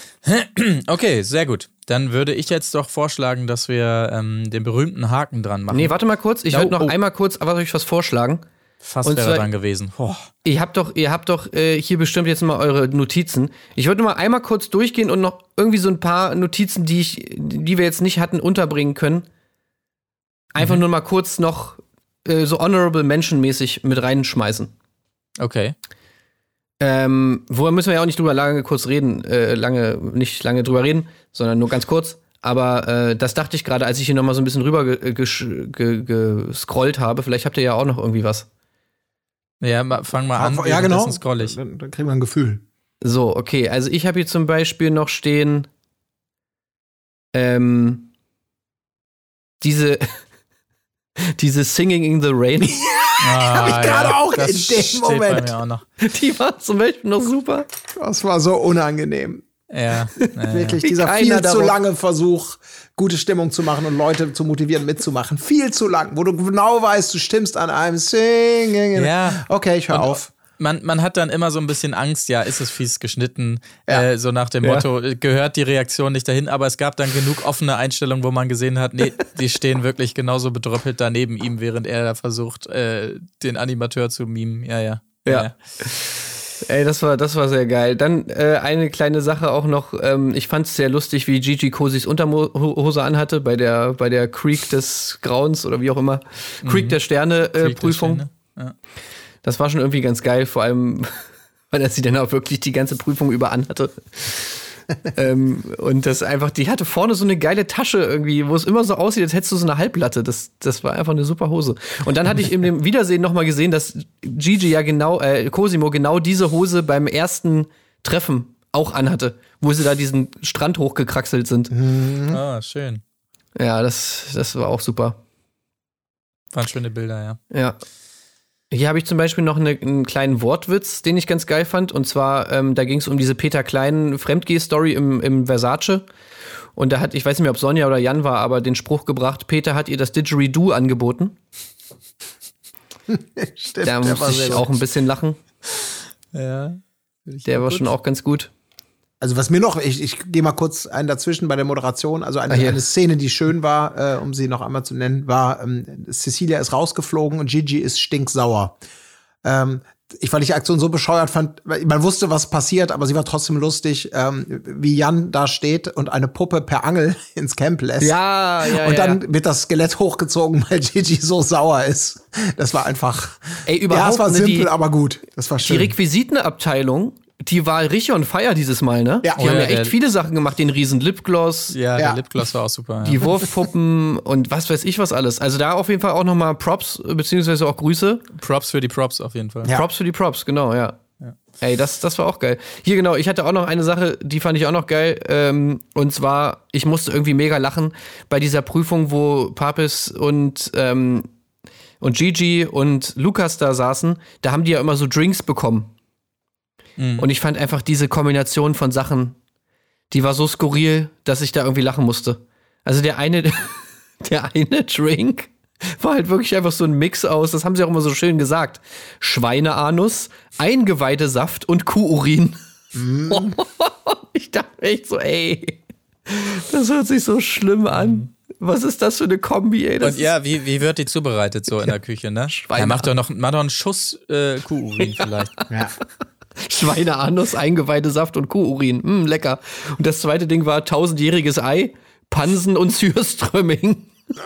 Speaker 5: Okay, sehr gut. Dann würde ich jetzt doch vorschlagen, dass wir ähm, den berühmten Haken dran machen.
Speaker 6: Nee, warte mal kurz. Ich
Speaker 5: oh,
Speaker 6: würde noch
Speaker 5: oh.
Speaker 6: einmal kurz, aber euch was vorschlagen.
Speaker 5: Fast
Speaker 6: und
Speaker 5: wäre
Speaker 6: zwar,
Speaker 5: dran gewesen. Oh.
Speaker 6: Ihr habt doch, ihr habt doch äh, hier bestimmt jetzt mal eure Notizen. Ich würde mal einmal kurz durchgehen und noch irgendwie so ein paar Notizen, die ich, die wir jetzt nicht hatten, unterbringen können. Einfach mhm. nur mal kurz noch äh, so honorable Mention-mäßig mit reinschmeißen.
Speaker 5: Okay.
Speaker 6: Ähm, woher müssen wir ja auch nicht drüber lange kurz reden, äh, lange, nicht lange drüber reden, sondern nur ganz kurz. Aber äh, das dachte ich gerade, als ich hier nochmal so ein bisschen rüber ge- ge- ge- gescrollt habe. Vielleicht habt ihr ja auch noch irgendwie was.
Speaker 5: Ja, ma, fang mal an.
Speaker 1: Ja, genau.
Speaker 5: Scroll ich.
Speaker 1: Dann, dann kriegen wir ein Gefühl.
Speaker 6: So, okay. Also ich habe hier zum Beispiel noch stehen ähm, diese diese Singing in the Rain.
Speaker 5: Ah,
Speaker 1: Hab ich gerade auch
Speaker 5: das
Speaker 1: in dem
Speaker 5: steht
Speaker 1: Moment.
Speaker 5: Bei mir auch noch.
Speaker 6: Die war zum Beispiel noch super.
Speaker 1: Das war so unangenehm.
Speaker 5: Ja, ja,
Speaker 1: Wirklich,
Speaker 6: Wie
Speaker 1: dieser
Speaker 6: keiner
Speaker 1: viel zu
Speaker 6: darauf-
Speaker 1: lange Versuch, gute Stimmung zu machen und Leute zu motivieren, mitzumachen. Viel zu lang, wo du genau weißt, du stimmst an einem Singing.
Speaker 5: Ja.
Speaker 1: Okay, ich hör
Speaker 5: Und
Speaker 1: auf.
Speaker 5: Man, man hat dann immer so ein bisschen Angst, ja, ist es fies geschnitten,
Speaker 1: Ja.
Speaker 5: äh, so nach dem
Speaker 6: Ja.
Speaker 5: Motto, gehört die Reaktion nicht dahin, aber es gab dann genug offene Einstellungen, wo man gesehen hat, nee, die stehen wirklich genauso bedröppelt da neben ihm, während er da versucht, äh, den Animateur zu mimen. Ja, ja.
Speaker 6: Ja. Ey, das war, das war sehr geil. Dann äh, eine kleine Sache auch noch. Ähm, ich fand es sehr lustig, wie Gigi Cosis Unterhose anhatte bei der, bei der Creek des Grauens oder wie auch immer. Creek der Sterne äh,
Speaker 5: Krieg der
Speaker 6: Prüfung.
Speaker 5: Sterne. Ja.
Speaker 6: Das war schon irgendwie ganz geil, vor allem, weil er sie dann auch wirklich die ganze Prüfung über anhatte. ähm, und das einfach, die hatte vorne so eine geile Tasche irgendwie, wo es immer so aussieht, als hättest du so eine Halblatte. Das, das war einfach eine super Hose. Und dann hatte ich in dem Wiedersehen nochmal gesehen, dass Gigi ja genau, äh, Cosimo genau diese Hose beim ersten Treffen auch anhatte, wo sie da diesen Strand hochgekraxelt sind.
Speaker 5: Ah, schön.
Speaker 6: Ja, das, das war auch super.
Speaker 5: Waren schöne Bilder, ja.
Speaker 6: Ja. Hier habe ich zum Beispiel noch eine, einen kleinen Wortwitz, den ich ganz geil fand. Und zwar, ähm, da ging es um diese Peter Klein Fremdgeh-Story im, im Versace. Und da hat, ich weiß nicht mehr, ob Sonja oder Jan war, aber den Spruch gebracht, Peter hat ihr das Didgeridoo angeboten.
Speaker 1: Stimmt,
Speaker 6: Da
Speaker 1: der war
Speaker 6: musste
Speaker 1: sehr
Speaker 6: ich
Speaker 1: gut.
Speaker 6: auch ein bisschen lachen.
Speaker 5: Ja.
Speaker 6: Der war schon auch ganz gut.
Speaker 1: Also was mir noch, ich, ich gehe mal kurz einen dazwischen bei der Moderation, also eine,
Speaker 6: Ah, hier.
Speaker 1: eine Szene, die schön war, äh, um sie noch einmal zu nennen, war, ähm, Cecilia ist rausgeflogen und Gigi ist stinksauer. Ähm, ich, weil ich die Aktion so bescheuert fand, weil man wusste, was passiert, aber sie war trotzdem lustig, ähm, wie Jan da steht und eine Puppe per Angel ins Camp lässt.
Speaker 6: Ja, ja,
Speaker 1: Und
Speaker 6: ja.
Speaker 1: dann wird das Skelett hochgezogen, weil Gigi so sauer ist. Das war einfach,
Speaker 6: Ey,
Speaker 1: ja,
Speaker 6: überhaupt
Speaker 1: es war
Speaker 6: ne,
Speaker 1: simpel,
Speaker 6: die,
Speaker 1: aber gut. Das war
Speaker 6: die
Speaker 1: schön.
Speaker 6: Requisitenabteilung, die war richtig on fire dieses Mal, ne?
Speaker 1: Ja.
Speaker 6: Die haben
Speaker 5: Oh
Speaker 6: ja
Speaker 5: ja,
Speaker 6: echt
Speaker 5: der-
Speaker 6: viele Sachen gemacht, den riesen Lipgloss,
Speaker 5: Ja,
Speaker 1: Ja.
Speaker 5: der Lipgloss war auch super. Ja.
Speaker 6: die Wurfpuppen und was weiß ich was alles. Also da auf jeden Fall auch nochmal Props, beziehungsweise auch Grüße.
Speaker 5: Props für die Props auf jeden Fall.
Speaker 1: Ja.
Speaker 6: Props für die Props, genau, ja. Ey, das, das war auch geil. Hier genau, ich hatte auch noch eine Sache, die fand ich auch noch geil. Ähm, und zwar, ich musste irgendwie mega lachen bei dieser Prüfung, wo Papis und, ähm, und Gigi und Lukas da saßen. Da haben die ja immer so Drinks bekommen. Und ich fand einfach diese Kombination von Sachen, die war so skurril, dass ich da irgendwie lachen musste. Also der eine, der eine Drink war halt wirklich einfach so ein Mix aus, das haben sie auch immer so schön gesagt, Schweineanus, Eingeweidesaft und Kuhurin. Ich dachte echt so, ey, das hört sich so schlimm an. Was ist das für eine Kombi, ey? Das
Speaker 5: Und ja, wie, wie wird die zuzubereitet so in der Küche, ne? Ja, mach doch noch, mach doch einen Schuss äh, Kuhurin vielleicht.
Speaker 1: Ja.
Speaker 6: ist Schweineanus, Eingeweidesaft und Kuhurin. Mm, lecker. Und das zweite Ding war tausendjähriges Ei, Pansen und Sürströmming.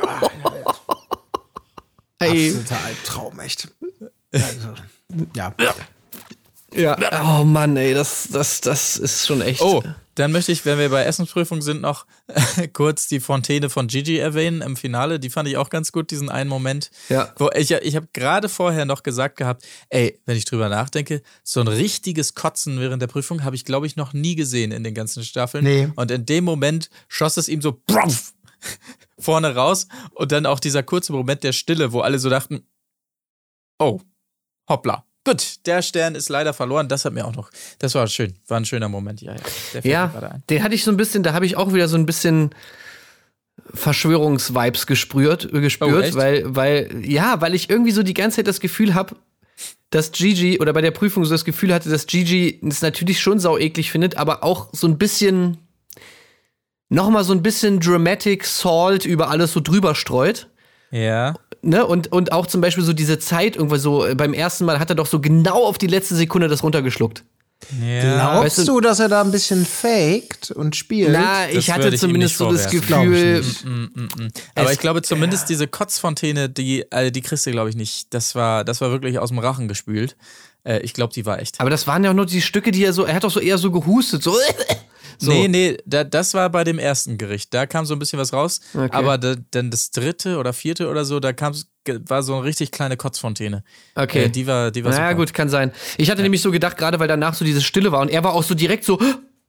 Speaker 6: Ey.
Speaker 1: Absoluter Albtraum, echt. Also, ja.
Speaker 6: Ja. Oh Mann, ey, das, das, das ist schon echt.
Speaker 5: Oh, dann möchte ich, wenn wir bei Essensprüfung sind, noch kurz die Fontäne von Gigi erwähnen im Finale. Die fand ich auch ganz gut, diesen einen Moment.
Speaker 6: Ja.
Speaker 5: Wo ich ich habe gerade vorher noch gesagt gehabt, ey, wenn ich drüber nachdenke, so ein richtiges Kotzen während der Prüfung habe ich, glaube ich, noch nie gesehen in den ganzen Staffeln.
Speaker 1: Nee.
Speaker 5: Und in dem Moment schoss es ihm so bruff, vorne raus und dann auch dieser kurze Moment der Stille, wo alle so dachten, oh, hoppla. Gut, der Stern ist leider verloren. Das hat mir auch noch, das war schön, war ein schöner Moment. Ja, ja, der fällt mir gerade
Speaker 6: Ja,
Speaker 5: ein.
Speaker 6: den hatte ich so ein bisschen, da habe ich auch wieder so ein bisschen Verschwörungsvibes gespürt, äh,
Speaker 5: Oh,
Speaker 6: gespürt,
Speaker 5: echt?
Speaker 6: weil, weil, ja, weil ich irgendwie so die ganze Zeit das Gefühl habe, dass Gigi, oder bei der Prüfung so das Gefühl hatte, dass Gigi es natürlich schon sau eklig findet, aber auch so ein bisschen, nochmal so ein bisschen Dramatic Salt über alles so drüber streut.
Speaker 5: Ja.
Speaker 6: Ne? Und, und auch zum Beispiel so diese Zeit, irgendwo so, äh, beim ersten Mal hat er doch so genau auf die letzte Sekunde das runtergeschluckt.
Speaker 5: Ja.
Speaker 1: Glaubst
Speaker 6: weißt du-
Speaker 1: du, dass er da ein bisschen faked und spielt?
Speaker 6: Na, ich
Speaker 5: Das
Speaker 6: hatte
Speaker 5: würde ich ihm
Speaker 6: zumindest
Speaker 5: nicht
Speaker 6: so das
Speaker 5: vorwerfen.
Speaker 1: Glaub ich
Speaker 6: Gefühl,
Speaker 1: nicht.
Speaker 5: Aber
Speaker 6: Es-
Speaker 5: ich glaube zumindest diese Kotzfontäne, die, äh, die kriegst du, glaube ich, nicht. Das war, das war wirklich aus dem Rachen gespült. Äh, ich glaube, die war echt.
Speaker 6: Aber das waren ja auch nur die Stücke, die er so, er hat doch so eher so gehustet, so. so.
Speaker 5: Nee, nee, da, das war bei dem ersten Gericht. Da kam so ein bisschen was raus.
Speaker 6: Okay.
Speaker 5: Aber da, dann das dritte oder vierte oder so, da kam's, war so eine richtig kleine Kotzfontäne.
Speaker 6: Okay.
Speaker 5: Äh, die war, die war
Speaker 6: naja,
Speaker 5: super.
Speaker 6: gut, kann sein. Ich hatte ja. nämlich so gedacht, gerade weil danach so diese Stille war und er war auch so direkt so,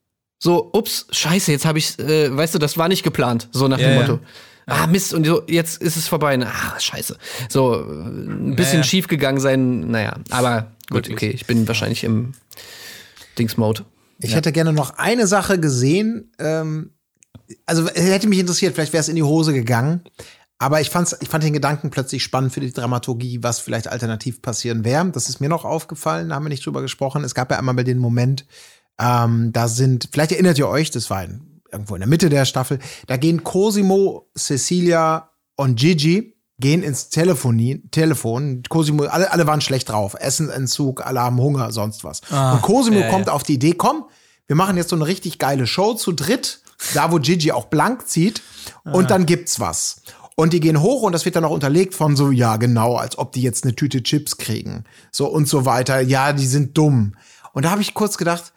Speaker 6: so, ups, scheiße, jetzt habe ich, äh, weißt du, das war nicht geplant, so nach
Speaker 5: ja,
Speaker 6: dem
Speaker 5: ja.
Speaker 6: Motto. Ah, Mist, und so, jetzt ist es vorbei. Ah, scheiße. So, ein bisschen
Speaker 5: naja.
Speaker 6: schief gegangen sein, naja, aber gut,
Speaker 5: Wirklich.
Speaker 6: okay, ich bin wahrscheinlich im Dings-Mode.
Speaker 1: Ich hätte gerne noch eine Sache gesehen. Ähm, also es hätte mich interessiert, vielleicht wäre es in die Hose gegangen. Aber ich, fand's, ich fand den Gedanken plötzlich spannend für die Dramaturgie, was vielleicht alternativ passieren wäre. Das ist mir noch aufgefallen, da haben wir nicht drüber gesprochen. Es gab ja einmal den Moment, ähm, da sind, vielleicht erinnert ihr euch, das war in, irgendwo in der Mitte der Staffel, da gehen Cosimo, Cecilia und Gigi gehen ins Telefonie, Telefon. Cosimo, alle, alle waren schlecht drauf. Essenentzug, alle haben Hunger, sonst was.
Speaker 5: Ah,
Speaker 1: und Cosimo
Speaker 5: ja,
Speaker 1: kommt
Speaker 5: ja.
Speaker 1: auf die Idee, komm, wir machen jetzt so eine richtig geile Show zu dritt, da wo Gigi auch blank zieht, und dann gibt's was. Und die gehen hoch und das wird dann auch unterlegt von so, ja genau, als ob die jetzt eine Tüte Chips kriegen. So und so weiter. Ja, die sind dumm. Und da habe ich kurz gedacht,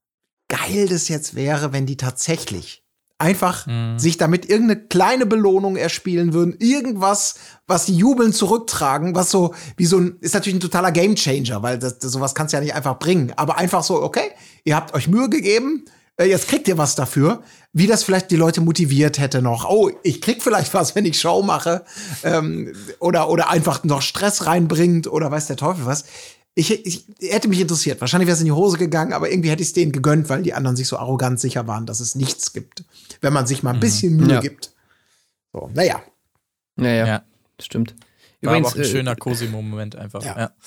Speaker 1: geil das jetzt wäre, wenn die tatsächlich einfach mhm. sich damit irgendeine kleine Belohnung erspielen würden. Irgendwas, was die jubeln zurücktragen, was so, wie so ein, ist natürlich ein totaler Gamechanger, weil das, das, sowas kannst du ja nicht einfach bringen. Aber einfach so, okay, ihr habt euch Mühe gegeben, jetzt kriegt ihr was dafür, wie das vielleicht die Leute motiviert hätte noch. Oh, ich krieg vielleicht was, wenn ich Show mache. Ähm, oder, oder einfach noch Stress reinbringt oder weiß der Teufel was. Ich, ich hätte mich interessiert. Wahrscheinlich wäre es in die Hose gegangen, aber irgendwie hätte ich es denen gegönnt, weil die anderen sich so arrogant sicher waren, dass es nichts gibt. Wenn man sich mal ein bisschen Mühe
Speaker 6: Ja.
Speaker 1: gibt. So, naja.
Speaker 6: Naja,
Speaker 5: Ja.
Speaker 6: stimmt.
Speaker 5: War
Speaker 6: Übrigens,
Speaker 5: aber auch ein
Speaker 6: äh,
Speaker 5: schöner Cosimo-Moment einfach.
Speaker 1: Ja.
Speaker 5: Ja.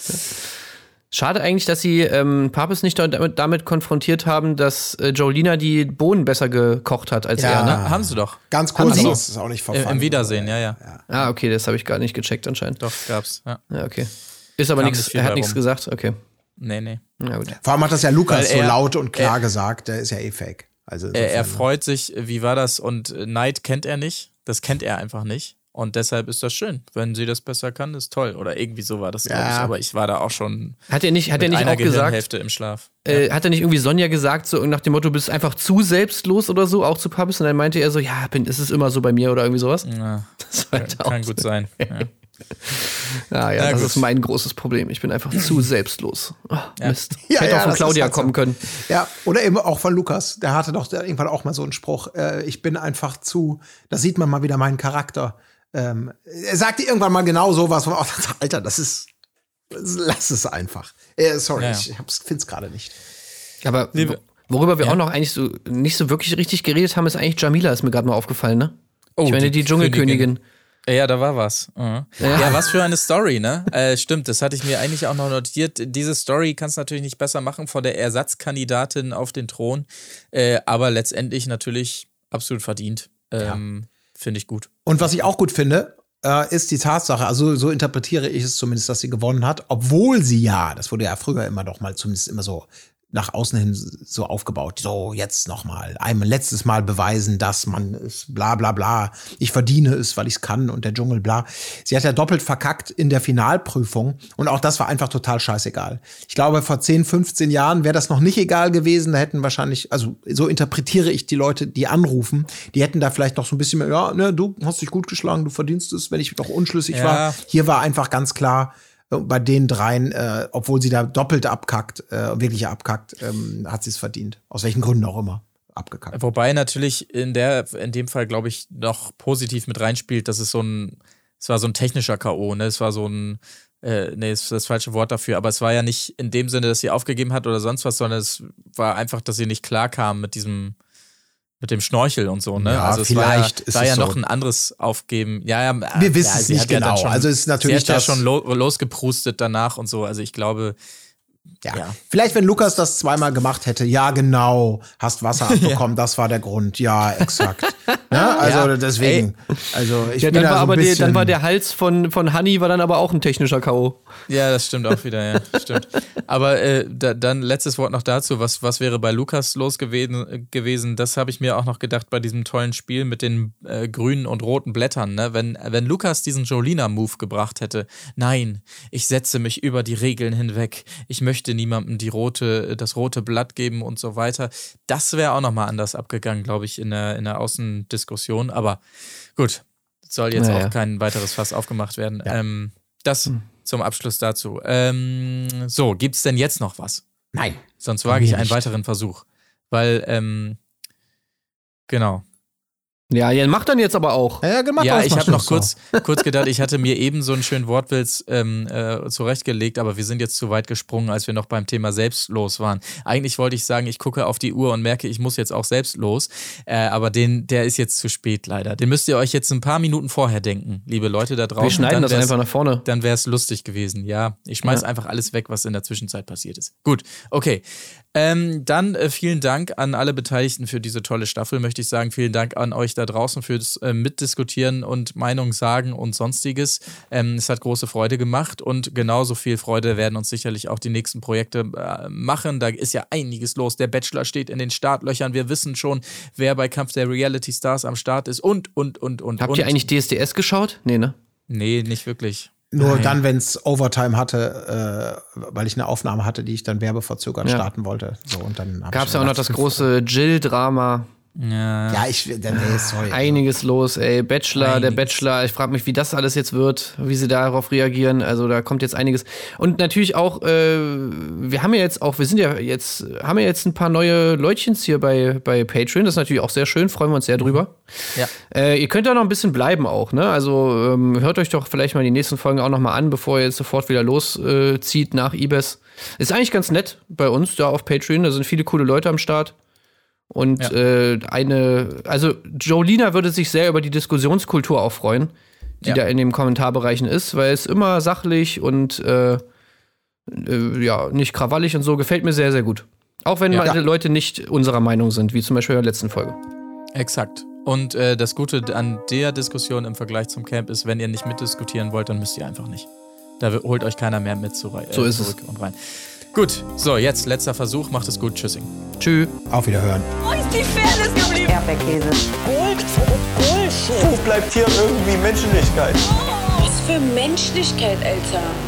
Speaker 6: schade eigentlich, dass sie ähm, Papes nicht damit, damit konfrontiert haben, dass äh, Jolina die Bohnen besser gekocht hat als
Speaker 1: Ja.
Speaker 6: er, ne?
Speaker 5: Ah, haben sie doch.
Speaker 1: Ganz kurz,
Speaker 6: Haben Sie?
Speaker 1: das ist auch nicht
Speaker 5: Im,
Speaker 1: verfangen.
Speaker 5: Im Wiedersehen, ja, ja.
Speaker 6: Ah, okay, das habe ich gar nicht gecheckt anscheinend.
Speaker 5: Doch, gab's. Ja.
Speaker 6: Ja, okay. Ist aber
Speaker 5: Kam
Speaker 6: nichts,
Speaker 5: nicht viel
Speaker 6: er hat
Speaker 5: bei
Speaker 6: nichts
Speaker 5: rum.
Speaker 6: gesagt, okay.
Speaker 5: Nee, nee.
Speaker 6: Na gut.
Speaker 1: Vor allem hat das ja Lukas
Speaker 5: Weil
Speaker 1: so
Speaker 5: er-
Speaker 1: laut und klar
Speaker 5: er-
Speaker 1: gesagt. Der ist ja eh fake. Also
Speaker 5: Er, er
Speaker 1: insofern,
Speaker 5: freut sich, wie war das? Und äh, Neid kennt er nicht. Das kennt er einfach nicht. Und deshalb ist das schön. Wenn sie das besser kann, ist toll. Oder irgendwie so war das, glaube ich.
Speaker 1: Ja.
Speaker 5: Aber ich war da auch schon
Speaker 6: Hat er nicht, hat er
Speaker 5: mit
Speaker 6: nicht
Speaker 5: einer
Speaker 6: auch gesagt,
Speaker 5: Gehirnhälfte im Schlaf.
Speaker 6: äh, hat er nicht irgendwie Sonja gesagt, so nach dem Motto, du bist einfach zu selbstlos oder so, auch zu Papes? Und dann meinte er so, ja, bin, ist es immer so bei mir oder irgendwie sowas?
Speaker 5: Ja,
Speaker 6: Das war halt auch
Speaker 5: kann gut sein. Ja.
Speaker 6: Ja, ja,
Speaker 5: Na
Speaker 6: das
Speaker 5: gut.
Speaker 6: ist mein großes Problem. Ich bin einfach zu selbstlos. Oh,
Speaker 5: Ja.
Speaker 6: Mist.
Speaker 1: Ja,
Speaker 6: Hätte
Speaker 1: ja,
Speaker 6: auch von
Speaker 1: das
Speaker 6: Claudia
Speaker 1: ist halt so.
Speaker 6: kommen können.
Speaker 1: Ja, oder eben auch von Lukas. Der hatte doch irgendwann auch mal so einen Spruch. Äh, ich bin einfach zu, da sieht man mal wieder meinen Charakter. Ähm, er sagte irgendwann mal genau sowas. Wo man auch dachte, Alter, das ist, lass es einfach. Äh, sorry,
Speaker 5: Ja, ja.
Speaker 1: ich finde es gerade nicht.
Speaker 6: Aber
Speaker 5: Nee,
Speaker 6: wo- worüber wir
Speaker 5: ja.
Speaker 6: auch noch eigentlich so nicht so wirklich richtig geredet haben, ist eigentlich Jamila, ist mir gerade mal aufgefallen, ne?
Speaker 5: Oh,
Speaker 6: ich meine, die,
Speaker 5: die
Speaker 6: Dschungelkönigin.
Speaker 5: Ja, da war was. Mhm.
Speaker 6: Ja.
Speaker 5: Ja. was für eine Story, ne? Äh, stimmt, das hatte ich mir eigentlich auch noch notiert. Diese Story kannst du natürlich nicht besser machen von der Ersatzkandidatin auf den Thron, äh, aber letztendlich natürlich absolut verdient. Ähm, Finde ich gut.
Speaker 1: Und was ich auch gut finde, äh, ist die Tatsache, also so interpretiere ich es zumindest, dass sie gewonnen hat, obwohl sie ja, das wurde ja früher immer doch mal zumindest immer so nach außen hin so aufgebaut. So, jetzt noch mal, ein letztes Mal beweisen, dass man es, bla bla bla, ich verdiene es, weil ich es kann und der Dschungel, bla. Sie hat ja doppelt verkackt in der Finalprüfung und auch das war einfach total scheißegal. Ich glaube, vor zehn, fünfzehn Jahren wäre das noch nicht egal gewesen, da hätten wahrscheinlich, also so interpretiere ich die Leute, die anrufen, die hätten da vielleicht noch so ein bisschen mehr, ja, ne, du hast dich gut geschlagen, du verdienst es, wenn ich doch unschlüssig
Speaker 5: Ja.
Speaker 1: war. Hier war einfach ganz klar, bei den dreien, äh, obwohl sie da doppelt abkackt, äh, wirklich abkackt, ähm, hat sie es verdient. Aus welchen Gründen auch immer abgekackt.
Speaker 5: Wobei natürlich in der, in dem Fall, glaube ich, noch positiv mit reinspielt, dass es so ein, es war so ein technischer K O, ne? Es war so ein, äh, nee, ist das falsche Wort dafür, aber es war ja nicht in dem Sinne, dass sie aufgegeben hat oder sonst was, sondern es war einfach, dass sie nicht klar kam mit diesem, mit dem Schnorchel und so, ne?
Speaker 1: Ja,
Speaker 5: also es
Speaker 1: vielleicht
Speaker 5: war ja,
Speaker 1: ist
Speaker 5: war
Speaker 1: es
Speaker 5: ja
Speaker 1: so.
Speaker 5: noch ein anderes Aufgeben. Ja, ja,
Speaker 1: Wir wissen
Speaker 5: ja,
Speaker 1: es
Speaker 5: sie
Speaker 1: nicht
Speaker 5: hat ja dann
Speaker 1: genau.
Speaker 5: Schon,
Speaker 1: Also es ist natürlich
Speaker 5: sie hat ja
Speaker 1: das-
Speaker 5: schon lo losgeprustet danach und so. Also ich glaube,
Speaker 1: Ja.
Speaker 5: Ja.
Speaker 1: Vielleicht, wenn Lukas das zweimal gemacht hätte, ja, genau, hast Wasser abbekommen, das war der Grund, ja, exakt. Ne? Also
Speaker 5: Ja.
Speaker 1: deswegen. Also ich
Speaker 6: Ja,
Speaker 1: bin
Speaker 6: dann,
Speaker 1: da
Speaker 6: war
Speaker 1: so ein
Speaker 6: aber der,
Speaker 1: bisschen,
Speaker 6: dann war der Hals von, von Honey war dann aber auch ein technischer K O.
Speaker 5: Ja, das stimmt auch wieder, ja, stimmt. Aber äh, da, dann letztes Wort noch dazu, was, was wäre bei Lukas los gewesen, gewesen? Das habe ich mir auch noch gedacht bei diesem tollen Spiel mit den äh, grünen und roten Blättern. Ne? Wenn, wenn Lukas diesen Jolina-Move gebracht hätte, nein, ich setze mich über die Regeln hinweg, ich möchte niemandem die rote, das rote Blatt geben und so weiter, das wäre auch nochmal anders abgegangen, glaube ich, in der, in der Außendiskussion. Aber gut, soll jetzt
Speaker 6: Naja.
Speaker 5: auch kein weiteres Fass aufgemacht werden. Ja. Ähm, das zum Abschluss dazu. Ähm, so, gibt's denn jetzt noch was?
Speaker 1: Nein.
Speaker 5: Sonst wage ich
Speaker 1: Mir
Speaker 5: einen
Speaker 1: nicht.
Speaker 5: weiteren Versuch. Weil, ähm, genau.
Speaker 6: Ja, ja, macht dann jetzt aber auch.
Speaker 1: Ja, ja, gemacht
Speaker 5: Ja,
Speaker 1: aus,
Speaker 5: ich
Speaker 1: mach
Speaker 5: habe noch
Speaker 1: Schluss,
Speaker 5: kurz,
Speaker 1: so.
Speaker 5: kurz gedacht, ich hatte mir eben so einen schönen Wortwitz ähm, äh, zurechtgelegt, aber wir sind jetzt zu weit gesprungen, als wir noch beim Thema selbstlos waren. Eigentlich wollte ich sagen, ich gucke auf die Uhr und merke, ich muss jetzt auch selbst los, äh, aber den, der ist jetzt zu spät leider. Den müsst ihr euch jetzt ein paar Minuten vorher denken, liebe Leute da draußen.
Speaker 6: Wir schneiden
Speaker 5: Dann
Speaker 6: das
Speaker 5: wär's-
Speaker 6: einfach nach vorne.
Speaker 5: Dann wäre es lustig gewesen, ja. Ich schmeiß
Speaker 6: Ja.
Speaker 5: einfach alles weg, was in der Zwischenzeit passiert ist. Gut, okay. Ähm, dann äh, vielen Dank an alle Beteiligten für diese tolle Staffel, möchte ich sagen. Vielen Dank an euch da draußen fürs äh, Mitdiskutieren und Meinung sagen und Sonstiges. Ähm, es hat große Freude gemacht und genauso viel Freude werden uns sicherlich auch die nächsten Projekte äh, machen. Da ist ja einiges los. Der Bachelor steht in den Startlöchern. Wir wissen schon, wer bei Kampf der Reality Stars am Start ist und, und, und, und,
Speaker 6: Habt
Speaker 5: und.
Speaker 6: ihr eigentlich D S D S geschaut? Nee, ne?
Speaker 5: Nee, nicht wirklich.
Speaker 1: Nur
Speaker 5: Nein.
Speaker 1: dann, wenn es Overtime hatte, äh, weil ich eine Aufnahme hatte, die ich dann werbeverzögert
Speaker 6: Ja.
Speaker 1: starten wollte. So, und dann hab
Speaker 6: Gab
Speaker 1: ich
Speaker 6: es ja auch noch
Speaker 1: gedacht,
Speaker 6: das große Jill-Drama.
Speaker 5: Ja.
Speaker 1: Ja, ich, dann, ey, sorry.
Speaker 6: Einiges los, ey. Bachelor, der
Speaker 5: Einiges.
Speaker 6: Bachelor. Ich frage mich, wie das alles jetzt wird, wie sie darauf reagieren. Also da kommt jetzt einiges. Und natürlich auch, äh, wir haben ja jetzt auch, wir sind ja jetzt, haben ja jetzt ein paar neue Leutchens hier bei, bei Patreon. Das ist natürlich auch sehr schön, freuen wir uns sehr drüber.
Speaker 5: Ja.
Speaker 6: Äh, ihr könnt ja noch ein bisschen bleiben auch, ne? Also ähm, hört euch doch vielleicht mal die nächsten Folgen auch noch mal an, bevor ihr jetzt sofort wieder loszieht äh, zieht nach I B E S. Ist eigentlich ganz nett bei uns da auf Patreon. Da sind viele coole Leute am Start. Und
Speaker 5: Ja.
Speaker 6: äh, eine, also Jolina würde sich sehr über die Diskussionskultur auch freuen, die
Speaker 5: Ja.
Speaker 6: da in den Kommentarbereichen ist, weil es immer sachlich und äh, äh, ja, nicht krawallig und so, gefällt mir sehr, sehr gut. Auch wenn
Speaker 5: Ja.
Speaker 6: manche Leute nicht unserer Meinung sind, wie zum Beispiel in der letzten Folge.
Speaker 5: Exakt. Und äh, das Gute an der Diskussion im Vergleich zum Camp ist, wenn ihr nicht mitdiskutieren wollt, dann müsst ihr einfach nicht. Da w- holt euch keiner mehr mit zu, äh,
Speaker 6: So ist
Speaker 5: zurück und rein. Gut, so, jetzt letzter Versuch. Macht es gut. Tschüssing.
Speaker 6: Tschüss.
Speaker 1: Auf Wiederhören.
Speaker 2: Wo ist die Fairness geblieben?
Speaker 3: Erdbeerkäse.
Speaker 2: Gold, Bullshit.
Speaker 4: Wo bleibt hier irgendwie Menschlichkeit?
Speaker 2: Was für Menschlichkeit, Alter.